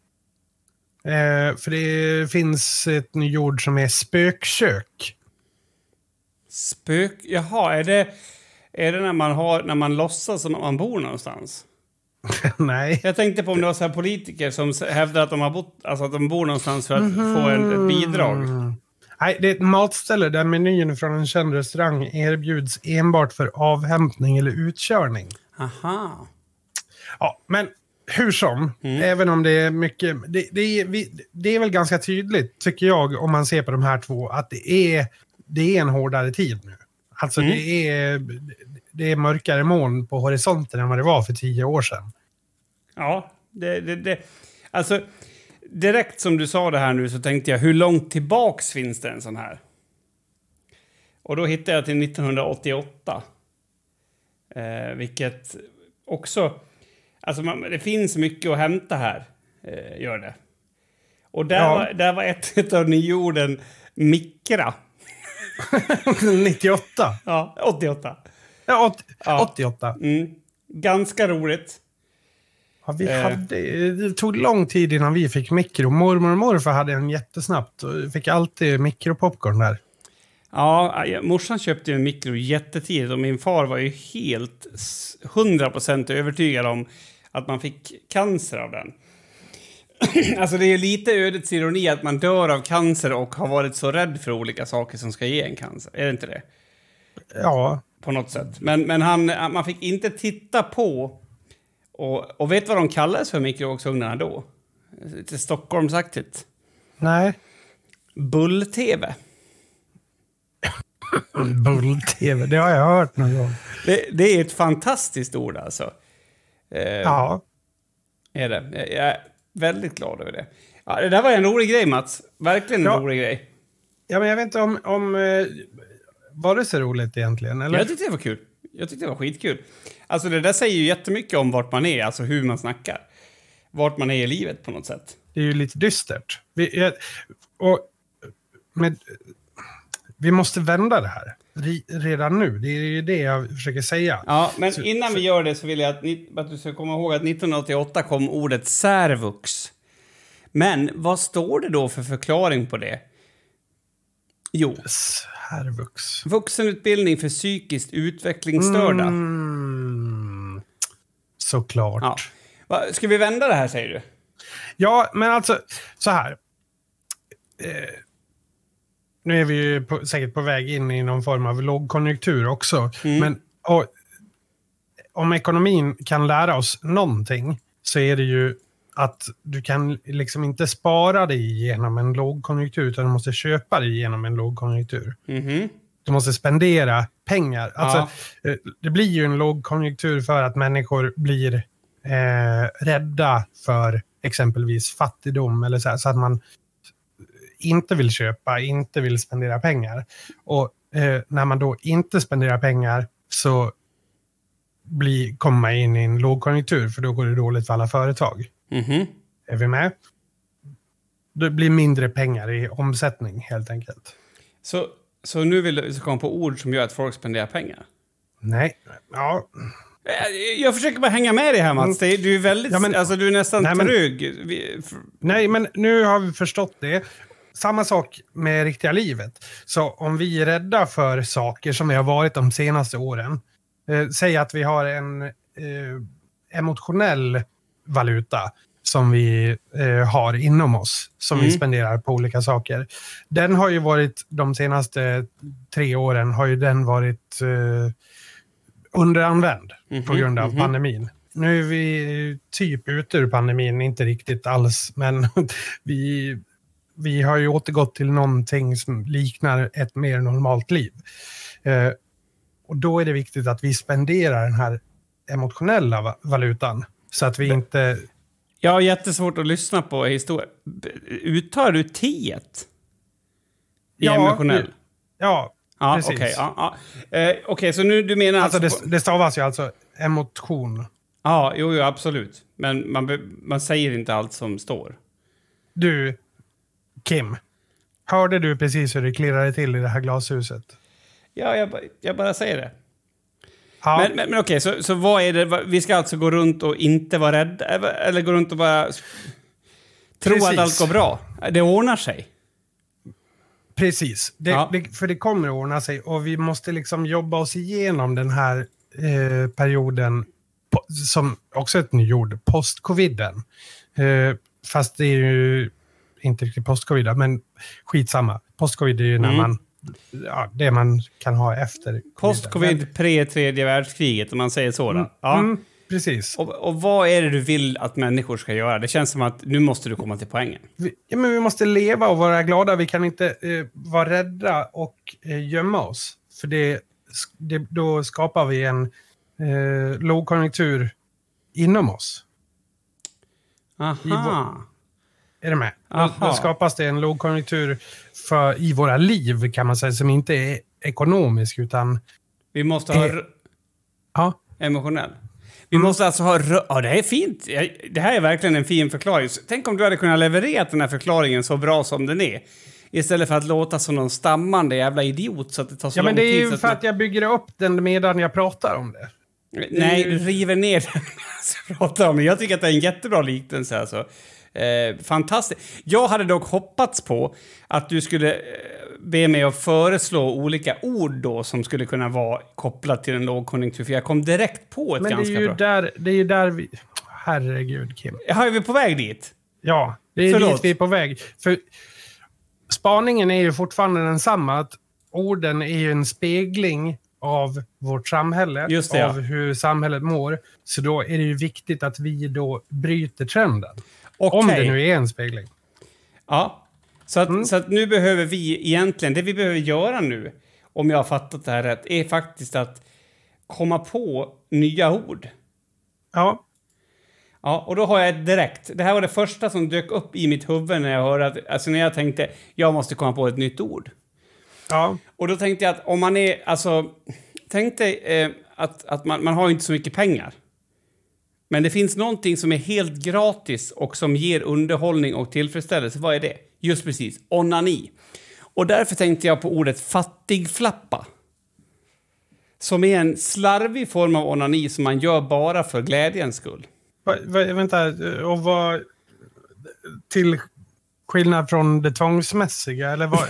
Eh, för det finns ett nytt ord som är spökkök. Spök... Jaha, är det, är det när man har när man låtsas som att man bor någonstans? Nej. Jag tänkte på om det var så här politiker som hävdar att de har bott, alltså att de bor någonstans för att mm. få en, ett bidrag. Nej, det är ett matställe där menyn från en känd restaurang erbjuds enbart för avhämtning eller utkörning. Aha. Ja, men hur som, mm. även om det är mycket... Det, det, är, vi, det är väl ganska tydligt, tycker jag, om man ser på de här två, att det är, det är en hårdare tid nu. Alltså mm. det, är, det är mörkare moln på horisonten än vad det var för tio år sedan. Ja, det... det, det. Alltså, direkt som du sa det här nu så tänkte jag, hur långt tillbaks finns det en sån här? Och då hittade jag till nittonhundraåttioåtta. Eh, vilket också... Alltså man, det finns mycket att hämta här, eh, gör det. Och där, ja. var, där var ett, ett av nyorden mikra. nittioåtta? Ja, åttioåtta. Ja, åt, ja. åttioåtta. Mm. Ganska roligt. Ja, vi eh. hade, det tog lång tid innan vi fick mikro. Mormor och morfar hade en jättesnabbt och fick alltid mikropopcorn där. Ja, morsan köpte ju en mikro jättetidigt och min far var ju helt hundra procent övertygad om att man fick cancer av den. Alltså det är lite ödets ironi att man dör av cancer och har varit så rädd för olika saker som ska ge en cancer. Är det inte det? Ja. På något sätt. Men, men han, man fick inte titta på och, och vet vad de kallades för mikrovågsugnarna då? Lite Stockholmsaktigt. Nej. Bull-tv. Bull-tv, det har jag hört någon gång. Det, det är ett fantastiskt ord alltså. Eh, ja. Är det. Jag är väldigt glad över det. Ja, det där var en rolig grej, Mats. Verkligen en ja. rolig grej. Ja, men jag vet inte om... om var det så roligt egentligen? Eller? Jag tyckte det var kul. Jag tyckte det var skitkul. Alltså det där säger ju jättemycket om vart man är. Alltså hur man snackar. Vart man är i livet på något sätt. Det är ju lite dystert. Vi, och med... Vi måste vända det här redan nu. Det är ju det jag försöker säga. Ja, men så, innan så... vi gör det så vill jag att, ni, att du ska komma ihåg att nittonhundraåttioåtta kom ordet särvux. Men vad står det då för förklaring på det? Jo. Särvux. Vuxenutbildning för psykiskt utvecklingsstörda. Mm, såklart. Ja. Va, ska vi vända det här, säger du? Ja, men alltså så här. Eh, Nu är vi ju på, säkert på väg in i någon form av lågkonjunktur också. Mm. Men och, om ekonomin kan lära oss någonting så är det ju att du kan liksom inte spara dig genom en lågkonjunktur utan du måste köpa dig genom en lågkonjunktur. Mm. Du måste spendera pengar. Alltså, ja. Det blir ju en lågkonjunktur för att människor blir eh, rädda för exempelvis fattigdom eller så här, så att man inte vill köpa, inte vill spendera pengar. Och eh, när man då inte spenderar pengar så blir, kommer man in i en lågkonjunktur för då går det dåligt för alla företag. Mm-hmm. Är vi med? Det blir mindre pengar i omsättning helt enkelt. Så, så nu vill du komma på ord som gör att folk spenderar pengar? Nej, ja... Jag försöker bara hänga med dig här, Mats. Du är väldigt, ja, men, alltså du är nästan nej, trygg. Men, nej, men nu har vi förstått det. Samma sak med riktiga livet. Så om vi är rädda för saker som vi har varit de senaste åren. Eh, säg att vi har en eh, emotionell valuta som vi eh, har inom oss. Som mm. vi spenderar på olika saker. Den har ju varit, de senaste tre åren har ju den varit eh, underanvänd mm-hmm, på grund av mm-hmm. pandemin. Nu är vi typ ute ur pandemin, inte riktigt alls. Men vi... Vi har ju återgått till någonting som liknar ett mer normalt liv. Eh, och då är det viktigt att vi spenderar den här emotionella va- valutan. Så att vi inte... Jag har jättesvårt att lyssna på historia. Uttar du T-et? I ja, emotionell? Ja, ja precis. Okej, okay, ja, ja. eh, okay, så nu du menar alltså... alltså det, det stavas ju alltså emotion. Ja, jo, jo, absolut. Men man, be- man säger inte allt som står. Du... Kim, hörde du precis hur det klirrade till i det här glashuset? Ja, jag, jag bara säger det. Ja. Men, men, men okej, så, så vad är det? Vi ska alltså gå runt och inte vara rädda? Eller gå runt och bara tro precis. Att allt går bra? Det ordnar sig? Precis, det, Ja. det, för det kommer att ordna sig och vi måste liksom jobba oss igenom den här eh, perioden po- som också är ett nyord, post-coviden. Eh, fast det är ju inte riktigt post-covid, men skitsamma. Post-covid är ju när Mm. man, ja, det man kan ha efter. Post-covid, Men- pre-tredje världskriget, om man säger så. Mm, Då. Ja. mm, precis. Och, och vad är det du vill att människor ska göra? Det känns som att nu måste du komma till poängen. Vi, ja, men vi måste leva och vara glada. Vi kan inte eh, vara rädda och eh, gömma oss. För det, det, då skapar vi en eh, lågkonjunktur inom oss. Aha. Är du med? Då, Aha. då skapas det en lågkonjunktur för, i våra liv kan man säga, som inte är ekonomisk utan Vi måste ha Eh. r- ja, emotionell. Vi Mm. måste alltså ha... rö- Ja, det här är fint. Jag- Det här är verkligen en fin förklaring. Så tänk om du hade kunnat leverera den här förklaringen så bra som den är. Istället för att låta som någon stammande jävla idiot så att det tar så ja lång men det är tid. ju så för man- att jag bygger upp den medan jag pratar om det. Nej, du river ner den jag pratar om. Jag tycker att det är en jättebra liknelse. Alltså. Eh, fantastiskt. Jag hade dock hoppats på att du skulle eh, be mig att föreslå olika ord då som skulle kunna vara kopplat till en lågkonjunktur. För jag kom direkt på ett Men det är ganska ju bra. där, det är ju där vi... Herregud, Kim. Jaha, är vi på väg dit? Ja, det är Förlåt. dit vi är på väg. För spaningen är ju fortfarande densamma. Att orden är ju en spegling av vårt samhälle. Just det, ja. Av hur samhället mår. Så då är det ju viktigt att vi då bryter trenden. Okej. Om det nu är en spegling. Ja. Så att, Mm. så att nu behöver vi egentligen, det vi behöver göra nu, om jag har fattat det här rätt, är faktiskt att komma på nya ord. Ja, Ja, och då har jag ett direkt. Det här var det första som dök upp i mitt huvud när jag hörde att, alltså när jag tänkte, jag måste komma på ett nytt ord. ja. Och då tänkte jag att om man är, alltså, tänk dig eh, att, att man, man har ju inte så mycket pengar. Men det finns någonting som är helt gratis och som ger underhållning och tillfredsställelse. Vad är det? Just precis, onani. Och därför tänkte jag på ordet fattigflappa. Som är en slarvig form av onani som man gör bara för glädjens skull. Va, va, vänta, och vad... Till skillnad från det tvångsmässiga, eller vad?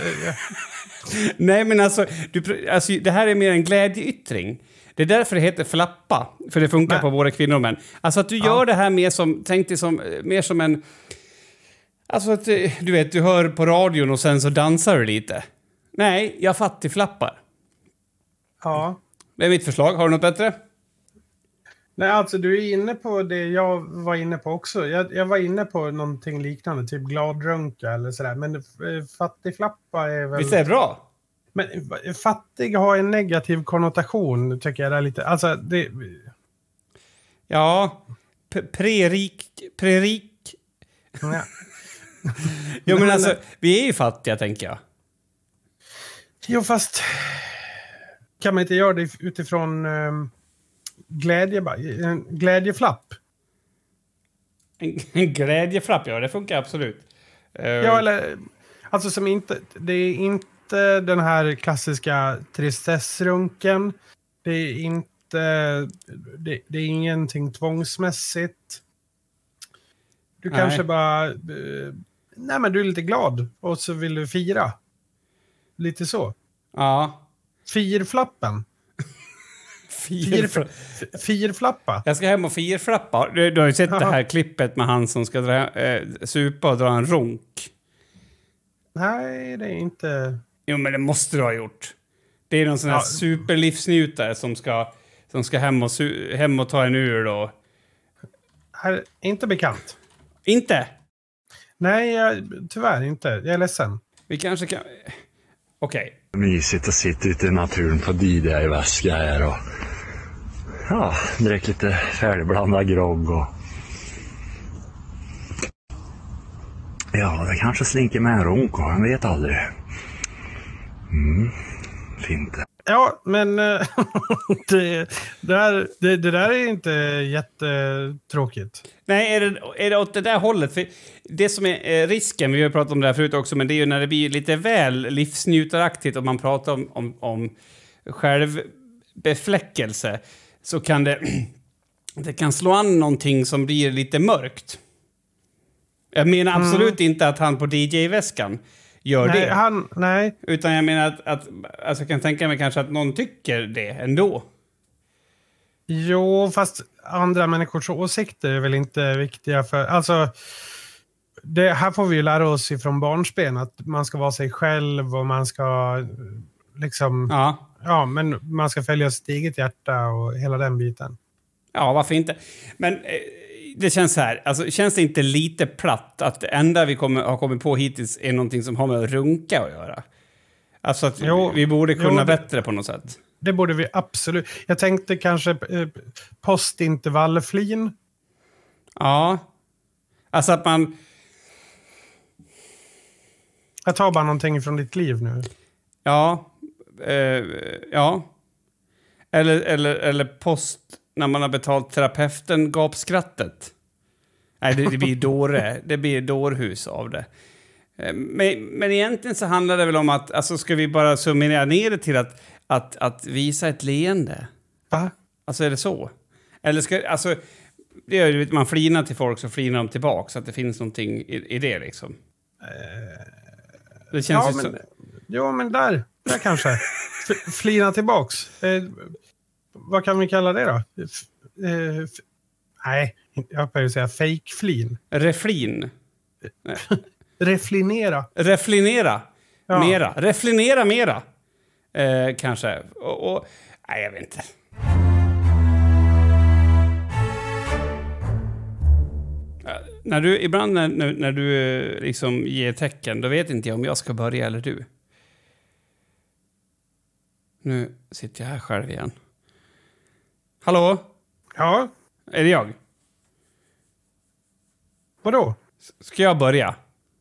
Nej, men alltså, du, pr- alltså, det här är mer en glädjeyttring. Det är därför det heter flappa. För det funkar Nej. på både kvinnor och män. Alltså att du Ja. gör det här mer som, tänk dig som, mer som en... Alltså att eh, du vet, du hör på radion och sen så dansar du lite. Nej, jag fattigflappar. Ja. Det är mitt förslag. Har du något bättre? Nej, alltså du är inne på det jag var inne på också. Jag, jag var inne på någonting liknande, typ gladrunka eller sådär. Men eh, fattigflappa är väl... Visst är det bra? Men eh, fattig har en negativ konnotation, tycker jag. Det är lite... Alltså, det... Ja. P- prerik... Prerik... Ja. Jo, men Men- alltså, vi är ju fattiga, tänker jag. Jo, fast... Kan man inte göra det utifrån um, glädje, bara? En glädjeflapp? En, en glädjeflapp, ja, det funkar absolut. Eh, Ja, eller... Alltså som inte... Det är inte den här klassiska tristessrunken. Det är inte... Det, det är ingenting tvångsmässigt. Du Nej. kanske bara... Eh, nej, men du är lite glad. Och så vill du fira. Lite så. Ja. Firflappen. Fir... Fir, firflappa. Jag ska hem och firflappa. Du, du har ju sett Jaha. det här klippet med han som ska dra, eh, supa och dra en runk. Nej, det är inte... Jo, men det måste du ha gjort. Det är någon sån här Ja. superlivsnjutare som ska, som ska hem, och su- hem och ta en ur då. Här, inte bekant. Inte? Nej, jag, tyvärr inte. Jag är ledsen. Vi kanske kan... Okej. Mysigt att sitta ute i naturen på D J-väska här och ja, drick lite färdigblandad grogg och ja, det kanske slinker med en runk och man vet aldrig. Mm, fint. Ja, men eh, det, det, här, det, det där är inte jättetråkigt. Nej, är det, är det åt det där hållet? För det som är eh, risken, vi har pratat om det här förut också, men det är ju när det blir lite väl livsnjutaraktigt och man pratar om, om, om självbefläckelse, så kan det, det kan slå an någonting som blir lite mörkt. Jag menar absolut inte att han på D J-väskan gör nej, det. Han, nej. Utan jag menar att, att alltså jag kan tänka mig kanske att någon tycker det ändå. Jo, fast andra människors åsikter är väl inte viktiga för... Alltså, det här får vi ju lära oss ifrån barnsben, att man ska vara sig själv och man ska liksom... Ja. Ja, men man ska följa sitt eget hjärta och hela den biten. Ja, varför inte? Men eh, det känns så här, alltså känns det inte lite platt att det enda vi kommer, har kommit på hittills är någonting som har med att runka att göra? Alltså att Jo, vi, vi borde kunna jo, det, bättre på något sätt. Det borde vi absolut. Jag tänkte kanske eh, postintervallflin. Ja. Alltså att man... Jag tar bara någonting från ditt liv nu. Ja. Eh, ja. Eller, eller, eller post när man har betalt terapeuten gapskrattet. Nej, det, det blir dåre. Det blir dårhus av det. Men, men egentligen så handlar det väl om att, alltså ska vi bara summera ner det till att, att, att visa ett leende? Va? Alltså är det så? Eller ska, alltså, det är ju, man flinar till folk så flinar de tillbaka, så att det finns någonting i, i det liksom. Det känns Ja, ju men, så... jo, men där, där kanske. F- flina tillbaks. Eh, vad kan vi kalla det då? F- eh, f- nej, jag börjar säga fake-flin. Reflin. Reflinera. Reflinera. Ja. Mera. Reflinera mera. Eh, kanske. Och, och... Nej, jag vet inte. När du, ibland när, när, när du eh, liksom ger tecken, då vet inte jag om jag ska börja eller du. Nu sitter jag här själv igen. Hallå? Ja, Är det jag? vadå? Ska jag börja?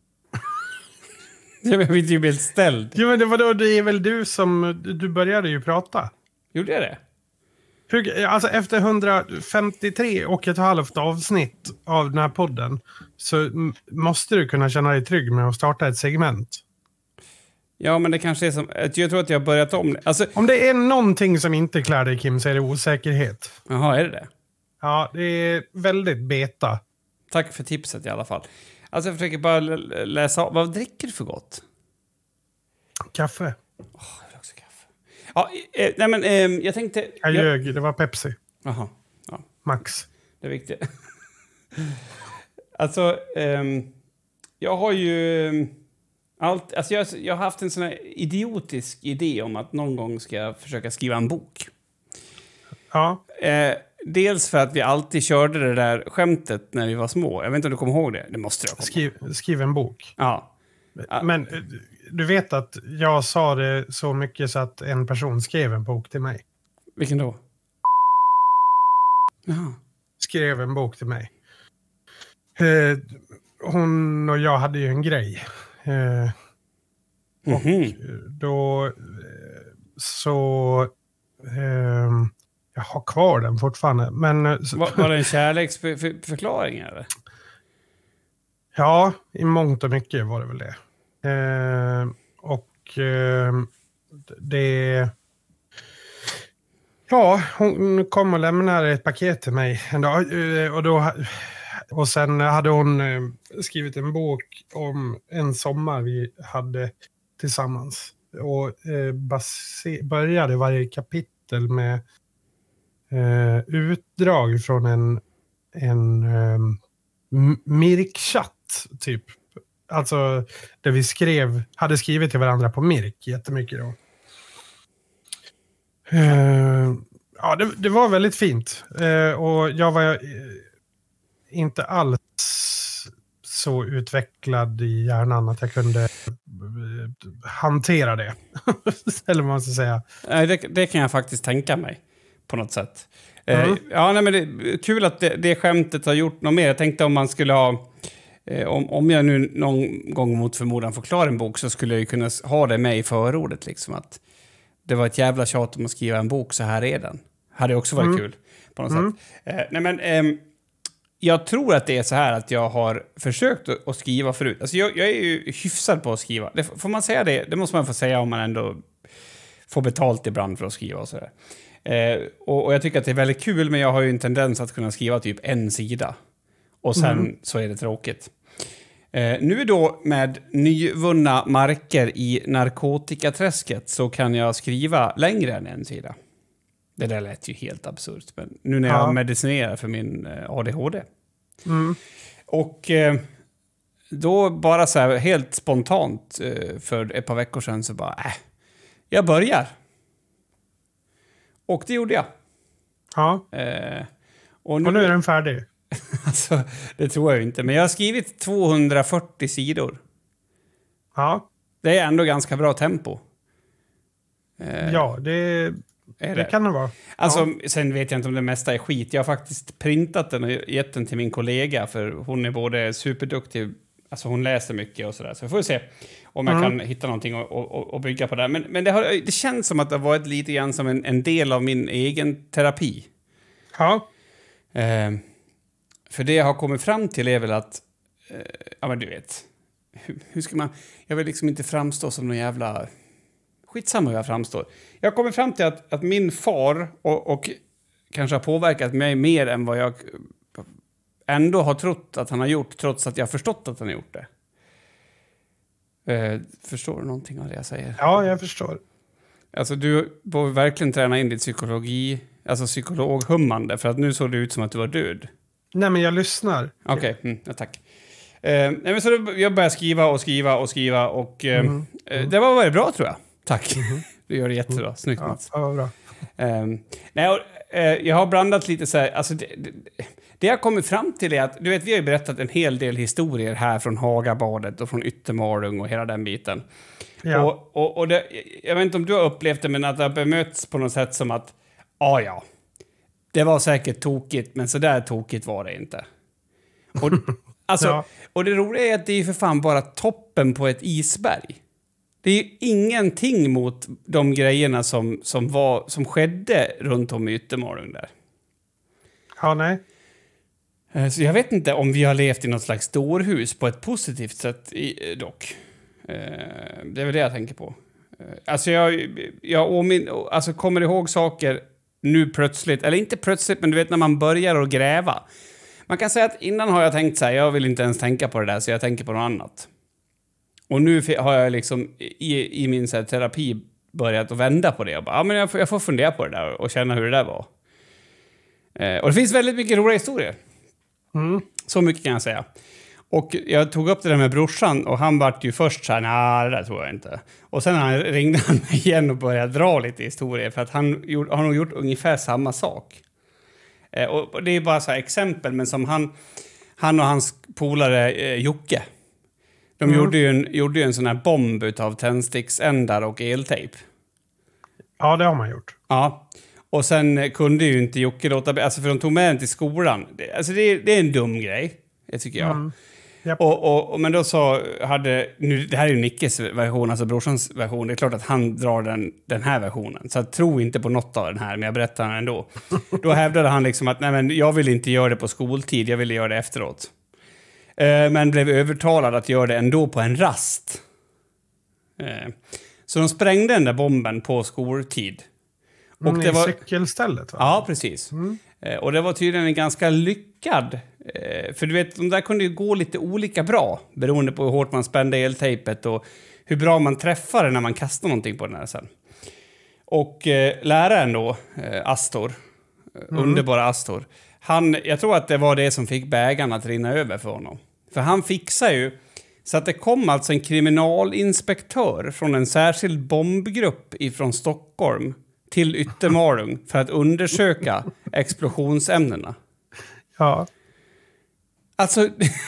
Jag blir ju helt ställd. Jo, men det, vadå, det är väl du som... Du började ju prata. Gjorde jag det? Hur, alltså efter hundrafemtiotre och ett halvt avsnitt av den här podden så m- måste du kunna känna dig trygg med att starta ett segment. Ja, men det kanske är som... Jag tror att jag har börjat om. Alltså, Om det är någonting som inte klär dig, Kim, så är det osäkerhet. jaha, är det det? Ja, det är väldigt beta. Tack för tipset i alla fall. Alltså jag försöker bara l- läsa av. Vad dricker du för gott? Kaffe. Jag vill också kaffe. Ja, eh, nej men eh, jag tänkte... Jag jag- ljög, det var Pepsi. Jaha, ja, Max. det är viktigt. Alltså, ehm, jag har ju... ehm, Allt, alltså jag, jag har haft en sån här idiotisk idé om att någon gång ska jag försöka skriva en bok. Ja, Eh, dels för att vi alltid körde det där skämtet när vi var små. Jag vet inte om du kommer ihåg det. Det måste jag komma ihåg. skriv, skriv en bok. Ja. Men eh, du vet att jag sa det så mycket så att en person skrev en bok till mig. Vilken då? Jaha. Skrev en bok till mig. Eh, hon och jag hade ju en grej. Eh, och Mhm. då eh, så... Eh, jag har kvar den fortfarande. Men eh, så, Var, var det en kärleksförklaring eller? ja, i mångt och mycket var det väl det. Eh, och eh, det... Ja, hon kom och lämnade ett paket till mig en dag. eh, Och, då, och sen hade hon eh, skrivit en bok om en sommar vi hade tillsammans. Och eh, base, började varje kapitel med eh, utdrag från en, en eh, m- Mirk-chatt, typ. Alltså, där vi skrev, hade skrivit till varandra på Mirk jättemycket då. Uh, ja, det, det var väldigt fint. Uh, och jag var uh, inte alls så utvecklad i hjärnan att jag kunde uh, hantera det. Eller vad man ska säga. Nej, det, det kan jag faktiskt tänka mig på något sätt. Eh, Mm. ja, nej, men det är kul att det, det skämtet har gjort något mer. Jag tänkte om man skulle ha... Eh, om, om jag nu någon gång mot förmodan får klar en bok så skulle jag ju kunna ha det med i förordet. Liksom, att det var ett jävla tjat om att skriva en bok, så här är den. Hade också varit Mm. kul på något Mm. sätt. Eh, nej, men... ehm, jag tror att det är så här att jag har försökt att, att skriva förut. Alltså jag, jag är ju hyfsad på att skriva. Det, får man säga det? Det måste man få säga om man ändå får betalt ibland för att skriva och sådär. Eh, och, och jag tycker att det är väldigt kul, men jag har ju en tendens att kunna skriva typ en sida. Och sen Mm. så är det tråkigt. Eh, nu då med nyvunna marker i narkotikaträsket så kan jag skriva längre än en sida. Det där lät ju helt absurt, men nu när jag Ja. medicinerar för min eh, A D H D. Mm. Och eh, då bara så här helt spontant eh, för ett par veckor sedan så bara, äh, jag börjar. Och det gjorde jag. Ja, Eh, och, nu, och nu är den färdig. alltså, det tror jag ju inte, men jag har skrivit tvåhundrafyrtio sidor. Ja, Det är ändå ganska bra tempo. Eh, ja det, är det det. kan det vara. Alltså, sen vet jag inte om det mesta är skit. Jag har faktiskt printat den och gett den till min kollega, för hon är både superduktig, alltså hon läser mycket och sådär. Så jag får se om jag Mm. kan hitta någonting och, och, och bygga på det. Men, men det, har, det känns som att det har varit lite grann som en, en del av min egen terapi. Ja, Eh, för det jag har kommit fram till är väl att, eh, ja men du vet, hur, hur ska man, jag vill liksom inte framstå som någon jävla, skitsamma hur jag framstår. Jag har kommit fram till att, att min far och, och kanske har påverkat mig mer än vad jag ändå har trott att han har gjort, trots att jag har förstått att han har gjort det. Eh, förstår du någonting av det jag säger? ja, jag förstår. Alltså du får verkligen träna in ditt psykologi, alltså psykologhummande, för att nu såg det ut som att du var död. Nej, men jag lyssnar. Okej, mm, ja, tack. Eh, nej, men så då, jag började skriva och skriva och skriva och eh, Mhm. eh, det var väldigt bra tror jag. Tack. Du gör det jättebra. Snyggt Ja, Mats. ja, vad bra. Eh, nej, och, eh, jag har blandat lite så här, alltså det, det, det jag kommer fram till är att, du vet vi har ju berättat en hel del historier här från Hagabadet och från Yttermalung och hela den biten. Ja. Och, och, och det, jag vet inte om du har upplevt det, men att det har bemötts på något sätt som att, ja ja, det var säkert tokigt, men så där tokigt var det inte. Och, alltså, Ja. och det roliga är att det är för fan bara toppen på ett isberg. Det är ju ingenting mot de grejerna som, som, var, som skedde runt om i Yttermalung där. Ja, nej. Eh, Så jag vet inte om vi har levt i något slags dårhus på ett positivt sätt i, dock. Eh, Det är väl det jag tänker på. Eh, Alltså jag, jag åmin, alltså kommer ihåg saker nu plötsligt, eller inte plötsligt, men du vet när man börjar att gräva. Man kan säga att innan har jag tänkt så här, jag vill inte ens tänka på det där, så jag tänker på något annat. Och nu har jag liksom i, i min så här, terapi börjat att vända på det och bara, ja men jag får, jag får fundera på det där och känna hur det där var. Eh, och det finns väldigt mycket roliga historier. Mm. Så mycket kan jag säga. Och jag tog upp det där med brorsan och han vart ju först så här, nej det där tror jag inte. Och sen han, ringde han mig igen och började dra lite historier för att han gjorde, har nog gjort ungefär samma sak. Eh, och, och det är bara så här exempel, men som han, han och hans polare eh, Jocke. De Mm. gjorde, ju en, gjorde ju en sån här bomb utav tändsticksändar och eltejp. Ja, det har man gjort. Ja. Och sen kunde ju inte Jocke låta bli, alltså för de tog med den till skolan. Det, alltså det, är- det är en dum grej, det tycker jag. Mm. Japp. Och, och, och, men då så hade, nu, det här är ju Nickes version, alltså brorsans version. Det är klart att han drar den, den här versionen. Så jag tror inte på något av den här, men jag berättar den ändå. Då hävdade han liksom att nej, men jag vill inte göra det på skoltid, jag ville göra det efteråt. Eh, men blev övertalad att göra det ändå på en rast. Eh, så de sprängde den där bomben på skoltid. Och Mm, det I var, cykelstället, va? ja, precis. Eh, och det var tydligen en ganska lyckad. Eh, för du vet, de där kunde ju gå lite olika bra. Beroende på hur hårt man spände eltejpet och hur bra man träffade när man kastade någonting på den här sen. Och eh, läraren då, eh, Astor, eh, underbara Astor. Han, jag tror att det var det som fick bägaren att rinna över för honom. För han fixar ju så att det kom alltså en kriminalinspektör från en särskild bombgrupp ifrån Stockholm till Yttermalung för att undersöka explosionsämnena. Ja. Alltså,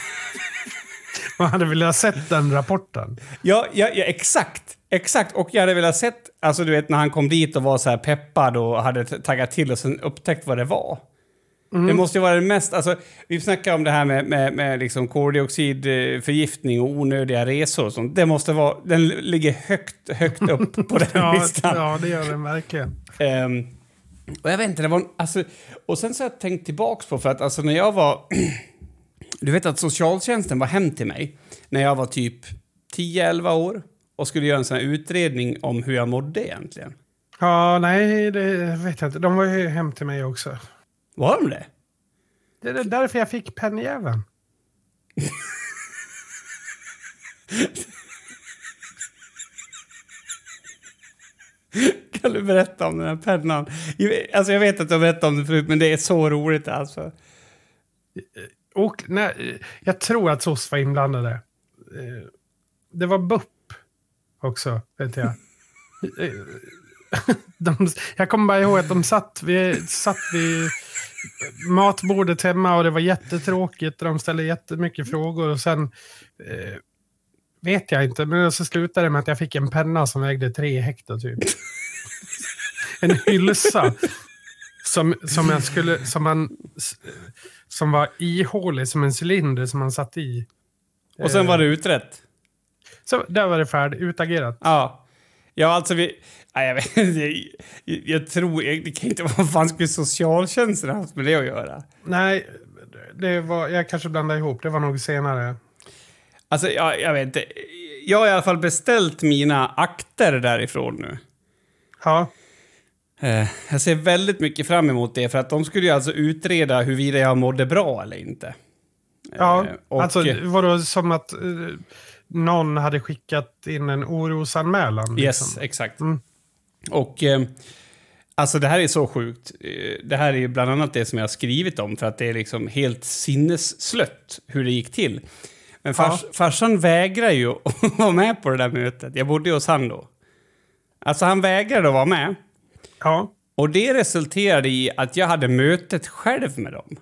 Man hade velat ha sett den rapporten. ja, ja, ja, exakt. Exakt. Och jag hade velat sett, alltså du vet när han kom dit och var så här peppad och hade t- taggat till och sen upptäckt vad det var. Det måste ju vara det mest, alltså vi snackar om det här med, med, med liksom koldioxidförgiftning och onödiga resor och sånt. Det måste vara, den ligger högt, högt upp på den Ja, listan. ja, det gör den verkligen. Ehm, och jag vet inte, det var... Alltså, och sen så har jag tänkt tillbaks på, för att alltså när jag var... Du vet att socialtjänsten var hem till mig när jag var typ tio elva år och skulle göra en sån här utredning om hur jag mådde egentligen. Ja, nej, det vet jag inte. De var ju hem till mig också. Var de det? Det är därför jag fick pennjäveln. Kan du berätta om den här pennan? Alltså jag vet att du har berättat om det förut, men det är så roligt alltså. Och, nej, jag tror att S O S var inblandade. Det var B U P också, vet jag. De, jag kommer bara ihåg att de satt vid, satt vid matbordet hemma och det var jättetråkigt och de ställde jättemycket frågor och sen eh, vet jag inte, men så slutade det med att jag fick en penna som vägde tre hektar typ. En hylsa som, som jag skulle som man som var ihålig som en cylinder som man satt i. Och sen var det utrett. Så där var det färdigt, utagerat. Ja. Ja, alltså vi... Nej, jag vet jag, jag tror... Det kan inte vara vad fan skulle socialtjänsten ha haft med det att göra. Nej, det var... Jag kanske blandade ihop. Det var nog senare. Alltså, jag, jag vet inte. Jag har i alla fall beställt mina akter därifrån nu. Ja. Eh, jag ser väldigt mycket fram emot det. För att de skulle ju alltså utreda huruvida jag mådde bra eller inte. Ja, eh, och, alltså var det som att... Eh, någon hade skickat in en orosanmälan. Yes, liksom. exakt. Mm. Och eh, alltså det här är så sjukt. Eh, det här är ju bland annat det som jag har skrivit om för att det är liksom helt sinnesslött hur det gick till. Men fars, ja. farsan vägrar ju att vara med på det där mötet. Jag bodde hos han då. Alltså han vägrade att vara med. Ja. Och det resulterade i att jag hade mötet själv med dem.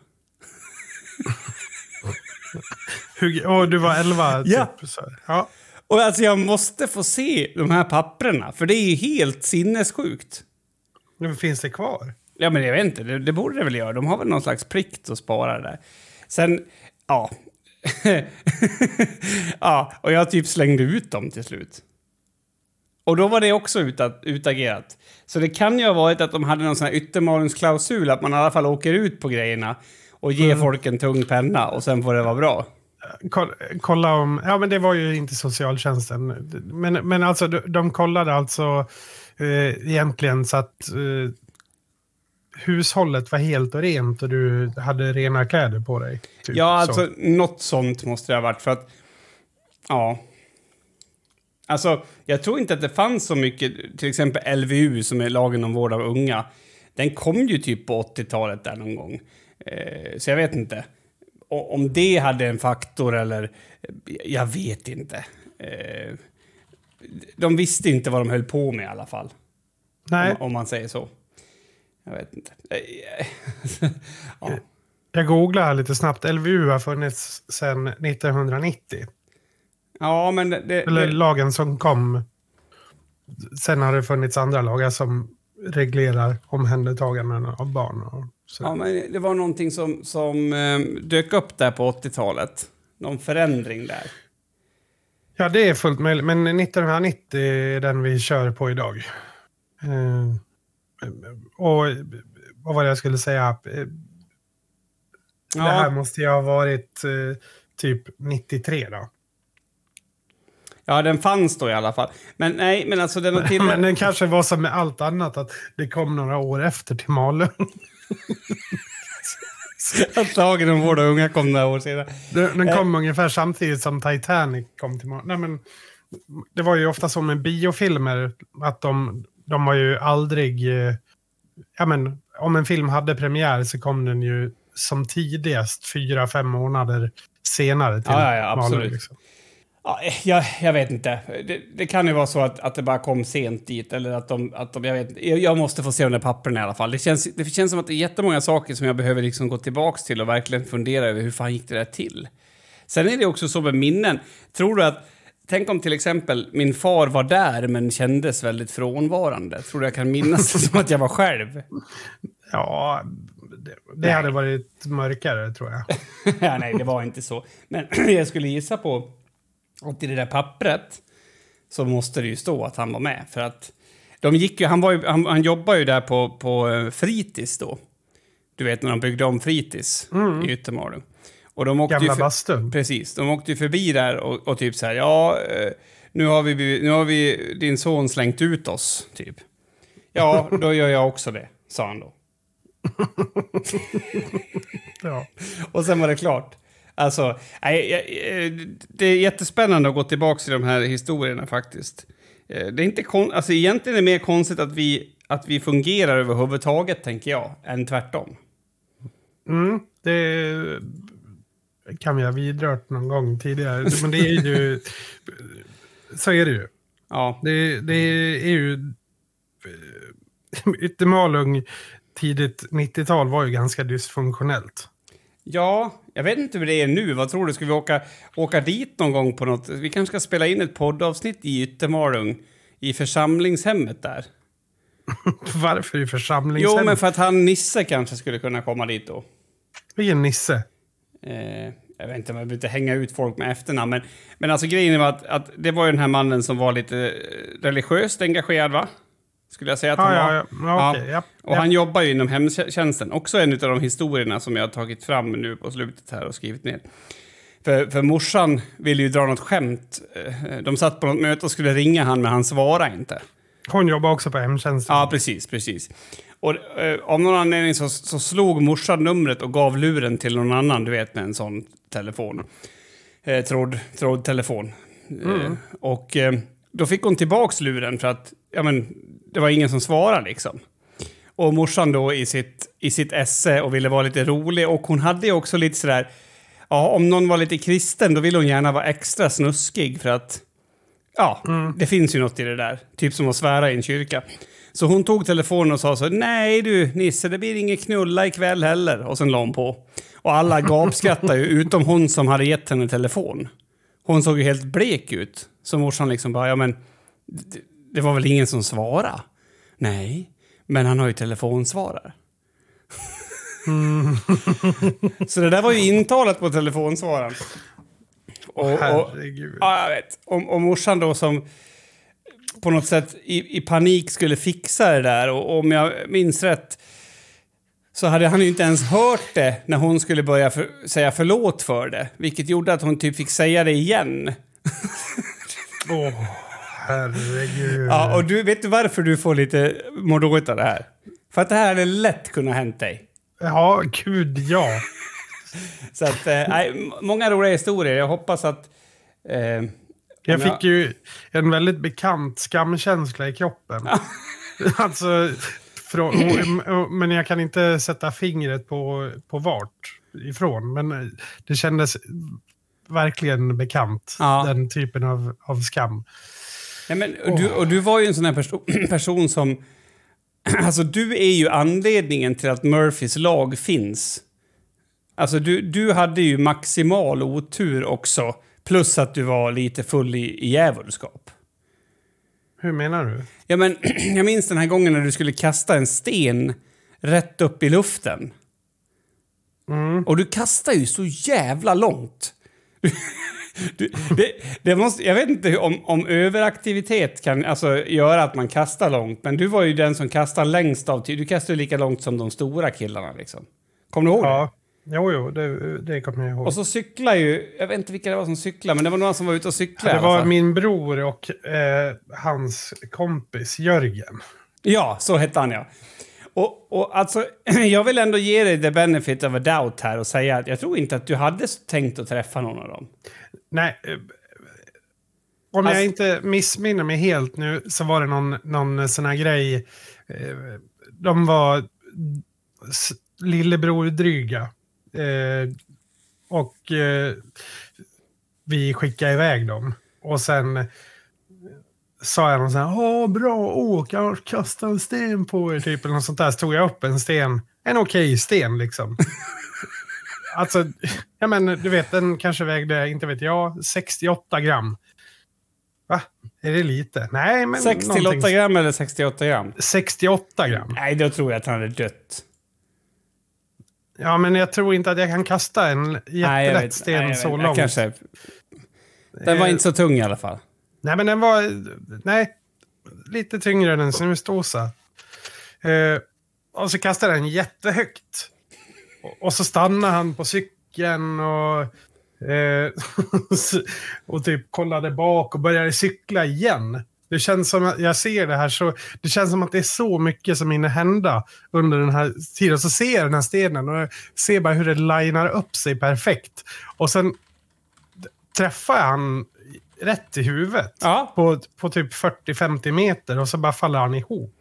Och du var elva typ. Ja. Så. Ja. Och alltså jag måste få se de här papperna. För det är ju helt sinnessjukt. Nu finns det kvar. Ja, men jag vet inte. Det, det borde det väl göra. De har väl någon slags plikt att spara det där. Sen, ja. Ja, och jag typ slängde ut dem till slut. Och då var det också utat, utagerat. Så det kan ju ha varit att de hade någon sån här yttermalungsklausul. Att man i alla fall åker ut på grejerna. Och ger mm. folk en tung penna. Och sen får det vara bra. Kolla om... Ja, men det var ju inte socialtjänsten. Men, men alltså, de, de kollade alltså eh, egentligen så att eh, hushållet var helt och rent och du hade rena kläder på dig. Typ, ja, alltså så. Något sånt måste det ha varit för att... Ja. Alltså, jag tror inte att det fanns så mycket... Till exempel L V U som är lagen om vård av unga. Den kom ju typ på åttiotalet där någon gång. Eh, så jag vet inte. Om det hade en faktor eller... Jag vet inte. Eh, de visste inte vad de höll på med i alla fall. Nej. Om, om man säger så. Jag vet inte. Ja. Jag googlar lite snabbt. L V U har funnits sedan nittonhundranittio. Ja, men... Det, det, eller lagen som kom. Sen har det funnits andra lagar som reglerar omhändertaganden av barn och så. Ja, men det var någonting som, som eh, dök upp där på åttiotalet. Någon förändring där. Ja, det är fullt möjligt. Men nittonhundranittio är den vi kör på idag. Eh, och vad var det jag skulle säga? Eh, ja. Det här måste ju ha varit eh, typ nittiotre då. Ja, den fanns då i alla fall. Men nej, men alltså den har till... Men den kanske var som med allt annat att det kom några år efter till Malung. Att lagen om vård av unga kom några år sedan. Den, den kom äh. ungefär samtidigt som Titanic kom till Malung. Nej, men det var ju ofta som med biofilmer att de, de var ju aldrig... Eh, ja, men om en film hade premiär så kom den ju som tidigast fyra, fem månader senare till ja, ja, ja, Malung. absolut. Liksom. Ja, jag, jag vet inte. Det, det kan ju vara så att, att det bara kom sent dit. Eller att de... Att de jag, vet, jag, jag måste få se de där papperna i alla fall. Det känns, det känns som att det är jättemånga saker som jag behöver liksom gå tillbaka till och verkligen fundera över hur fan gick det där till. Sen är det också så med minnen. Tror du att... Tänk om till exempel min far var där men kändes väldigt frånvarande. Tror du jag kan minnas det som att jag var själv? Ja, det, det hade varit mörkare tror jag. Ja, nej, det var inte så. Men jag skulle gissa på... Och i det där pappret så måste det ju stå att han var med. För att de gick ju, han, var ju, han, han jobbar ju där på, på fritids då. Du vet när de byggde om fritids mm. i Yttermalung. Och de åkte Gamla ju bastun. Precis, de åkte ju förbi där och, och typ så här, ja, nu har, vi, nu har vi din son slängt ut oss, typ. Ja, då gör jag också det, sa han då. Ja. Och sen var det klart. Alltså, nej, det är jättespännande att gå tillbaka till de här historierna faktiskt. Det är inte kon- alltså, egentligen är det mer konstigt att vi, att vi fungerar överhuvudtaget, tänker jag, än tvärtom. Mm, det kan vi ha vidrört någon gång tidigare. Men det är ju... Så är det ju. Ja. Det, det är ju... Yttermalung tidigt nittiotal var ju ganska dysfunktionellt. Ja, jag vet inte hur det är nu. Vad tror du? Ska vi åka, åka dit någon gång på något? Vi kanske ska spela in ett poddavsnitt i Yttermalung. I församlingshemmet där. Varför i församlingshemmet? Jo, men för att han Nisse kanske skulle kunna komma dit då. Vilken Nisse? Eh, jag vet inte om jag vill inte hänga ut folk med efternamn. Men, men alltså grejen var att, att det var ju den här mannen som var lite religiöst engagerad, va? Skulle jag säga att han ah, var. Ja, ja. Ja, okay. ja. Och ja. han jobbar ju inom hemtjänsten. Också en av de historierna som jag har tagit fram nu på slutet här och skrivit ner. För, för morsan ville ju dra något skämt. De satt på något möte och skulle ringa han, men han svarade inte. Hon jobbar också på hemtjänsten. Ja, precis, precis. Och eh, av någon anledning så, så slog morsan numret och gav luren till någon annan, du vet, med en sån telefon. Eh, tråd, trådtelefon. Mm. Eh, och eh, då fick hon tillbaks luren för att, ja men, det var ingen som svarade liksom. Och morsan då i sitt, i sitt esse och ville vara lite rolig. Och hon hade ju också lite sådär, ja, om någon var lite kristen då ville hon gärna vara extra snuskig för att, ja, mm. det finns ju något i det där. Typ som att svära i en kyrka. Så hon tog telefonen och sa så, nej du Nisse, det blir ingen knulla ikväll heller. Och sen la hon på. Och alla gapskrattade ju, utom hon som hade gett henne telefon. Hon såg ju helt blek ut. Så morsan liksom bara, ja men, det, det var väl ingen som svarade? Nej, men han har ju telefonsvarare. Mm. Så det där var ju intalet på telefonsvararen. Och, och, Herregud. Ja, jag vet. Och, och morsan då som på något sätt i, i panik skulle fixa det där. Och om jag minns rätt så hade han ju inte ens hört det när hon skulle börja för, säga förlåt för det. Vilket gjorde att hon typ fick säga det igen. Åh, oh, herregud. Ja, och du, vet du varför du får lite må dåligt av det här? För att det här hade lätt kunnat hänt dig. Ja, gud, ja. Så att, eh, många roliga historier. Jag hoppas att... Eh, jag fick jag... ju en väldigt bekant skamkänsla i kroppen. Alltså, från, men jag kan inte sätta fingret på, på vart ifrån. Men det kändes verkligen bekant, ja. Den typen av, av skam. Ja, men, och, du, och du var ju en sån här perso- person som... Alltså, du är ju anledningen till att Murphys lag finns. Alltså, du, du hade ju maximal otur också. Plus att du var lite full i, i djävulskap. Hur menar du? Ja, men jag minns den här gången när du skulle kasta en sten rätt upp i luften. Mm. Och du kastar ju så jävla långt. Du, det, det måste, jag vet inte om, om överaktivitet kan alltså, göra att man kastar långt. Men du var ju den som kastade längst av tid. Du kastade lika långt som de stora killarna liksom. Kommer du ihåg ja. det? Jo, jo, det, det kommer jag ihåg. Och så cyklar ju, jag vet inte vilka det var som cyklade, men det var någon som var ute och cyklade. Ja, det var min bror och eh, hans kompis Jörgen. Ja, så hette han, ja. Och, och alltså, jag vill ändå ge dig the benefit of a doubt här och säga att jag tror inte att du hade tänkt att träffa någon av dem. Nej, eh, om alltså, jag inte missminner mig helt nu så var det någon, någon sån här grej. Eh, de var s- lillebror dryga. Eh, och eh, vi skickade iväg dem. Och sen eh, sa jag någon sån här, åh bra, åk, jag kastar en sten på er typ. Eller något sånt där, så tog jag upp en sten. En okej sten liksom. Alltså, ja men du vet, den kanske vägde, inte vet jag, sextioåtta gram. Va? Är det lite? Nej, men sextioåtta gram eller sextioåtta gram? sextioåtta gram. Nej, då tror jag att han hade dött. Ja, men jag tror inte att jag kan kasta en jättelätt vet, sten nej, så vet, långt. Kanske. Den var eh, inte så tung i alla fall. Nej, men den var nej, lite tyngre än en snusdosa. Eh, och så kastade den jättehögt. Och, och så stannade han på cykeln och, eh, och typ kollade bak och började cykla igen. Det känns som att jag ser det här så... Det känns som att det är så mycket som hinner hända under den här tiden. Så ser jag den här stenen och ser bara hur det linar upp sig perfekt. Och sen träffar jag han rätt i huvudet. Ja. På, på typ fyrtio till femtio meter och så bara faller han ihop.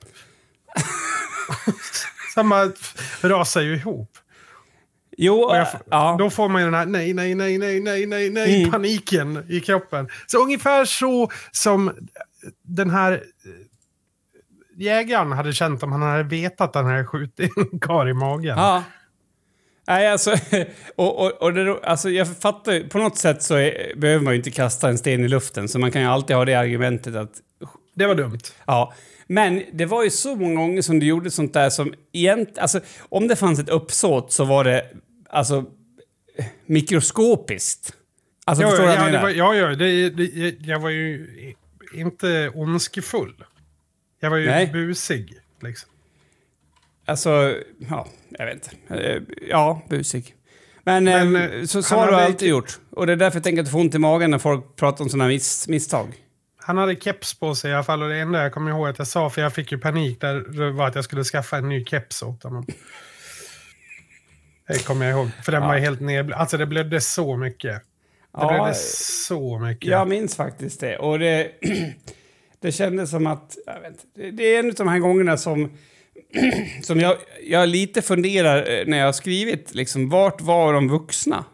Sen bara rasar ju ihop. Jo, Och jag, ja. Då får man ju den här nej, nej, nej, nej, nej, nej, nej, Mm. paniken i kroppen. Så ungefär så som den här jägaren hade känt om han hade vetat att han hade skjutit en kar i magen. Ja. Nej, alltså, och, och, och det, alltså, jag fattar ju, på något sätt så är, behöver man ju inte kasta en sten i luften, så man kan ju alltid ha det argumentet att... Det var dumt. Ja, men det var ju så många gånger som du gjorde sånt där som egentligen... Alltså, om det fanns ett uppsåt så var det, alltså, mikroskopiskt. Alltså, Ja, förstår du ja, vad jag det menar? var, ja, ja det, det, jag var ju inte ondskefull. Jag var ju Nej. busig, liksom. Alltså, ja, jag vet inte. Eh, Ja, busig. Men, Men, eh, eh, så, så han har du hade- alltid gjort. Och det är därför jag tänker att du får ont i magen när folk pratar om sådana miss, misstag. Han hade keps på sig i alla fall och det enda jag kommer ihåg att jag sa, för jag fick ju panik där, det var att jag skulle skaffa en ny keps åt honom. Det kommer jag ihåg. För den Ja. var ju helt nedblöd. Alltså det blödde så mycket. Det Ja, blödde så mycket. Jag minns faktiskt det. Och det, det kändes som att... Jag vet inte, det- det är en av de här gångerna som, som jag, jag lite funderar eh, när jag har skrivit. Liksom, vart var de vuxna?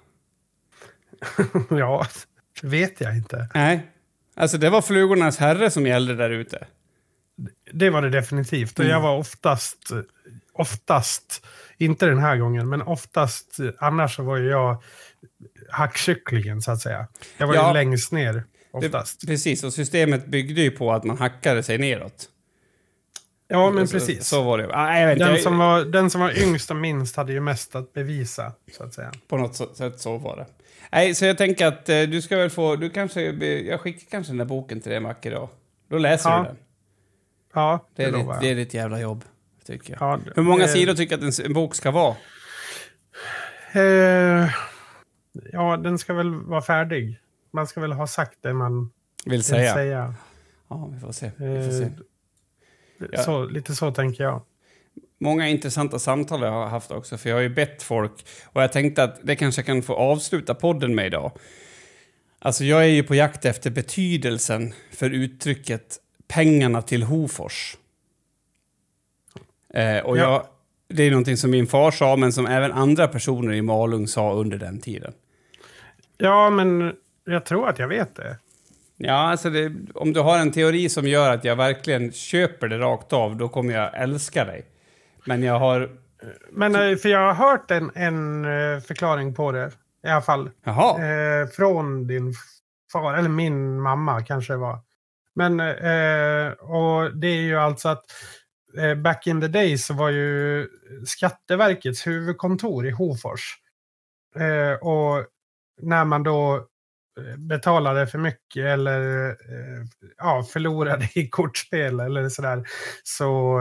Ja, det vet jag inte. Nej. Alltså det var flugornas herre som gällde där ute. Det var det definitivt. Och Mm. jag var oftast, oftast, inte den här gången, men oftast, annars så var ju jag hackkycklingen så att säga. Jag var Ja. ju längst ner oftast. Det, precis, och systemet byggde ju på att man hackade sig neråt. Ja, men Så- precis. Så var det. Ah, jag vet, Den jag, som, var, den som var yngst och minst hade ju mest att bevisa, så att säga. På något så- sätt så var det. Nej, så jag tänker att eh, du ska väl få... Du kanske, jag skickar kanske den där boken till dig, Macke, då. Då läser Ja, du den. Ja, Det det, är, lovar ditt, det är jag. ditt jävla jobb, tycker jag. Ja, det- Hur många det- sidor tycker du att en, en bok ska vara? Eh, ja, den ska väl vara färdig. Man ska väl ha sagt det man Vill vill säga. säga. Ja, vi får se. Vi får se. Eh, Ja. så, lite så tänker jag. Många intressanta samtal jag har haft också, för jag har ju bett folk. Och jag tänkte att det kanske jag kan få avsluta podden med idag. Alltså jag är ju på jakt efter betydelsen för uttrycket pengarna till Hofors. Eh, och Ja. jag, det är någonting som min far sa, men som även andra personer i Malung sa under den tiden. Ja, men jag tror att jag vet det. Ja, alltså det, om du har en teori som gör att jag verkligen köper det rakt av, då kommer jag älska dig. Men jag har... Men eh, för jag har hört en, en eh, förklaring på det. I alla fall. Jaha. Eh, från din far, eller min mamma kanske det var. Men, eh, och det är ju alltså att eh, back in the days så var ju Skatteverkets huvudkontor i Hofors. Eh, och när man då betalade för mycket eller eh, ja, förlorade i kortspel eller sådär, så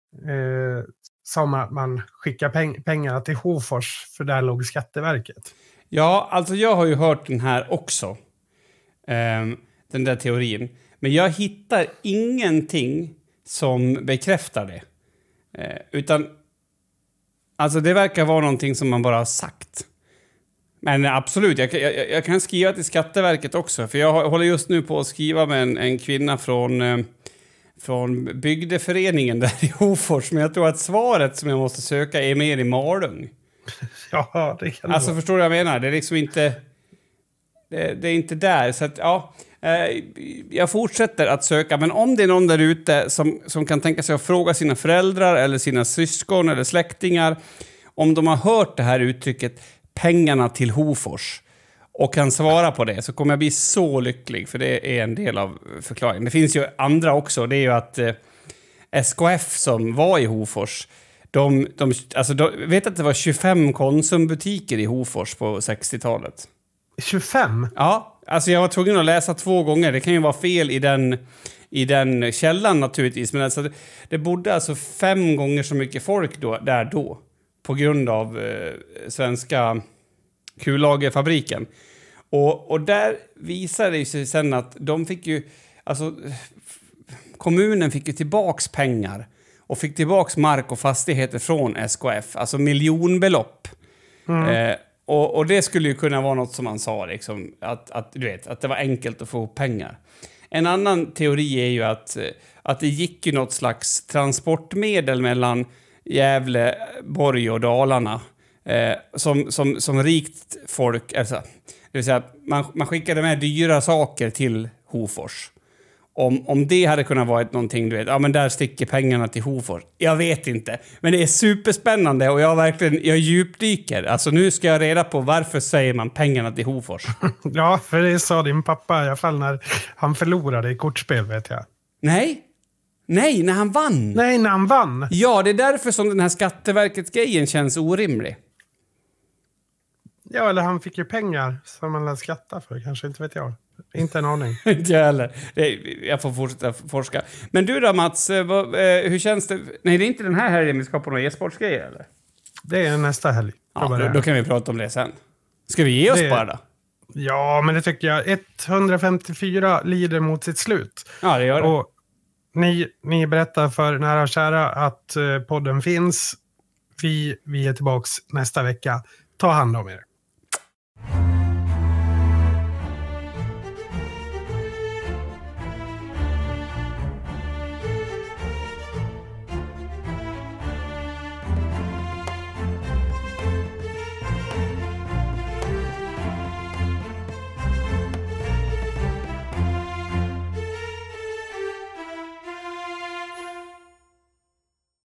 eh, sa man att man skickar peng- pengar till Hofors, för där låg Skatteverket. Ja, alltså jag har ju hört den här också. Ehm, den där teorin. Men jag hittar ingenting som bekräftar det. Eh, utan... Alltså det verkar vara någonting som man bara har sagt. Men absolut, jag, jag, jag kan skriva till Skatteverket också. För jag håller just nu på att skriva med en, en kvinna från, eh, från bygdeföreningen där i Hofors. Men jag tror att svaret som jag måste söka är mer i Malung. Ja, det kan Alltså det vara. förstår du vad jag menar? Det är liksom inte... Det, det är inte där. Så att, ja... Eh, jag fortsätter att söka. Men om det är någon där ute som, som kan tänka sig att fråga sina föräldrar eller sina syskon eller släktingar om de har hört det här uttrycket pengarna till Hofors och kan svara på det, så kommer jag bli så lycklig, för det är en del av förklaringen. Det finns ju andra också. Det är ju att eh, S K F som var i Hofors, de, de, alltså de vet att det var tjugofem Konsumbutiker i Hofors på sextiotalet. tjugofem? Ja, alltså jag var tvungen att läsa två gånger. Det kan ju vara fel i den, i den källan naturligtvis. Men alltså det, det bodde alltså fem gånger så mycket folk då, där då. På grund av eh, svenska kullagerfabriken. Och, och där visade det sig sen att de fick ju... Alltså, kommunen fick ju tillbaks pengar och fick tillbaks mark och fastigheter från S K F, alltså miljonbelopp. Mm. Eh, och, och det skulle ju kunna vara något som man sa, liksom, att, att, du vet, att det var enkelt att få pengar. En annan teori är ju att, att det gick ju något slags transportmedel mellan Gävleborg och Dalarna eh, som, som, som rikt folk, alltså, det vill säga man, man skickade med dyra saker till Hofors. Om, om det hade kunnat vara ett någonting, du vet, ja men där sticker pengarna till Hofors. Jag vet inte, men det är superspännande och jag verkligen, jag djupdyker. Alltså nu ska jag reda på varför säger man pengarna till Hofors. Ja, för det sa din pappa i alla fall när han förlorade i kortspel, vet jag. Nej, nej, när han vann. Nej, när han vann. Ja, det är därför som den här Skatteverket-grejen känns orimlig. Ja, eller han fick ju pengar som man lär skatta för, kanske, inte vet jag. Inte en aning. Inte jag heller. Jag får fortsätta forska. Men du då, Mats, vad, hur känns det? Nej, det är inte den här helgen vi ska på några e-sportsgrejer, eller? Det är nästa helg. Ja, då, då kan vi prata om det sen. Ska vi ge oss det... bara då? Ja, men det tycker jag. etthundrafemtiofyra lider mot sitt slut. Ja, det gör det. Och ni, ni berättar för nära och kära att podden finns. Vi, vi är tillbaks nästa vecka. Ta hand om er.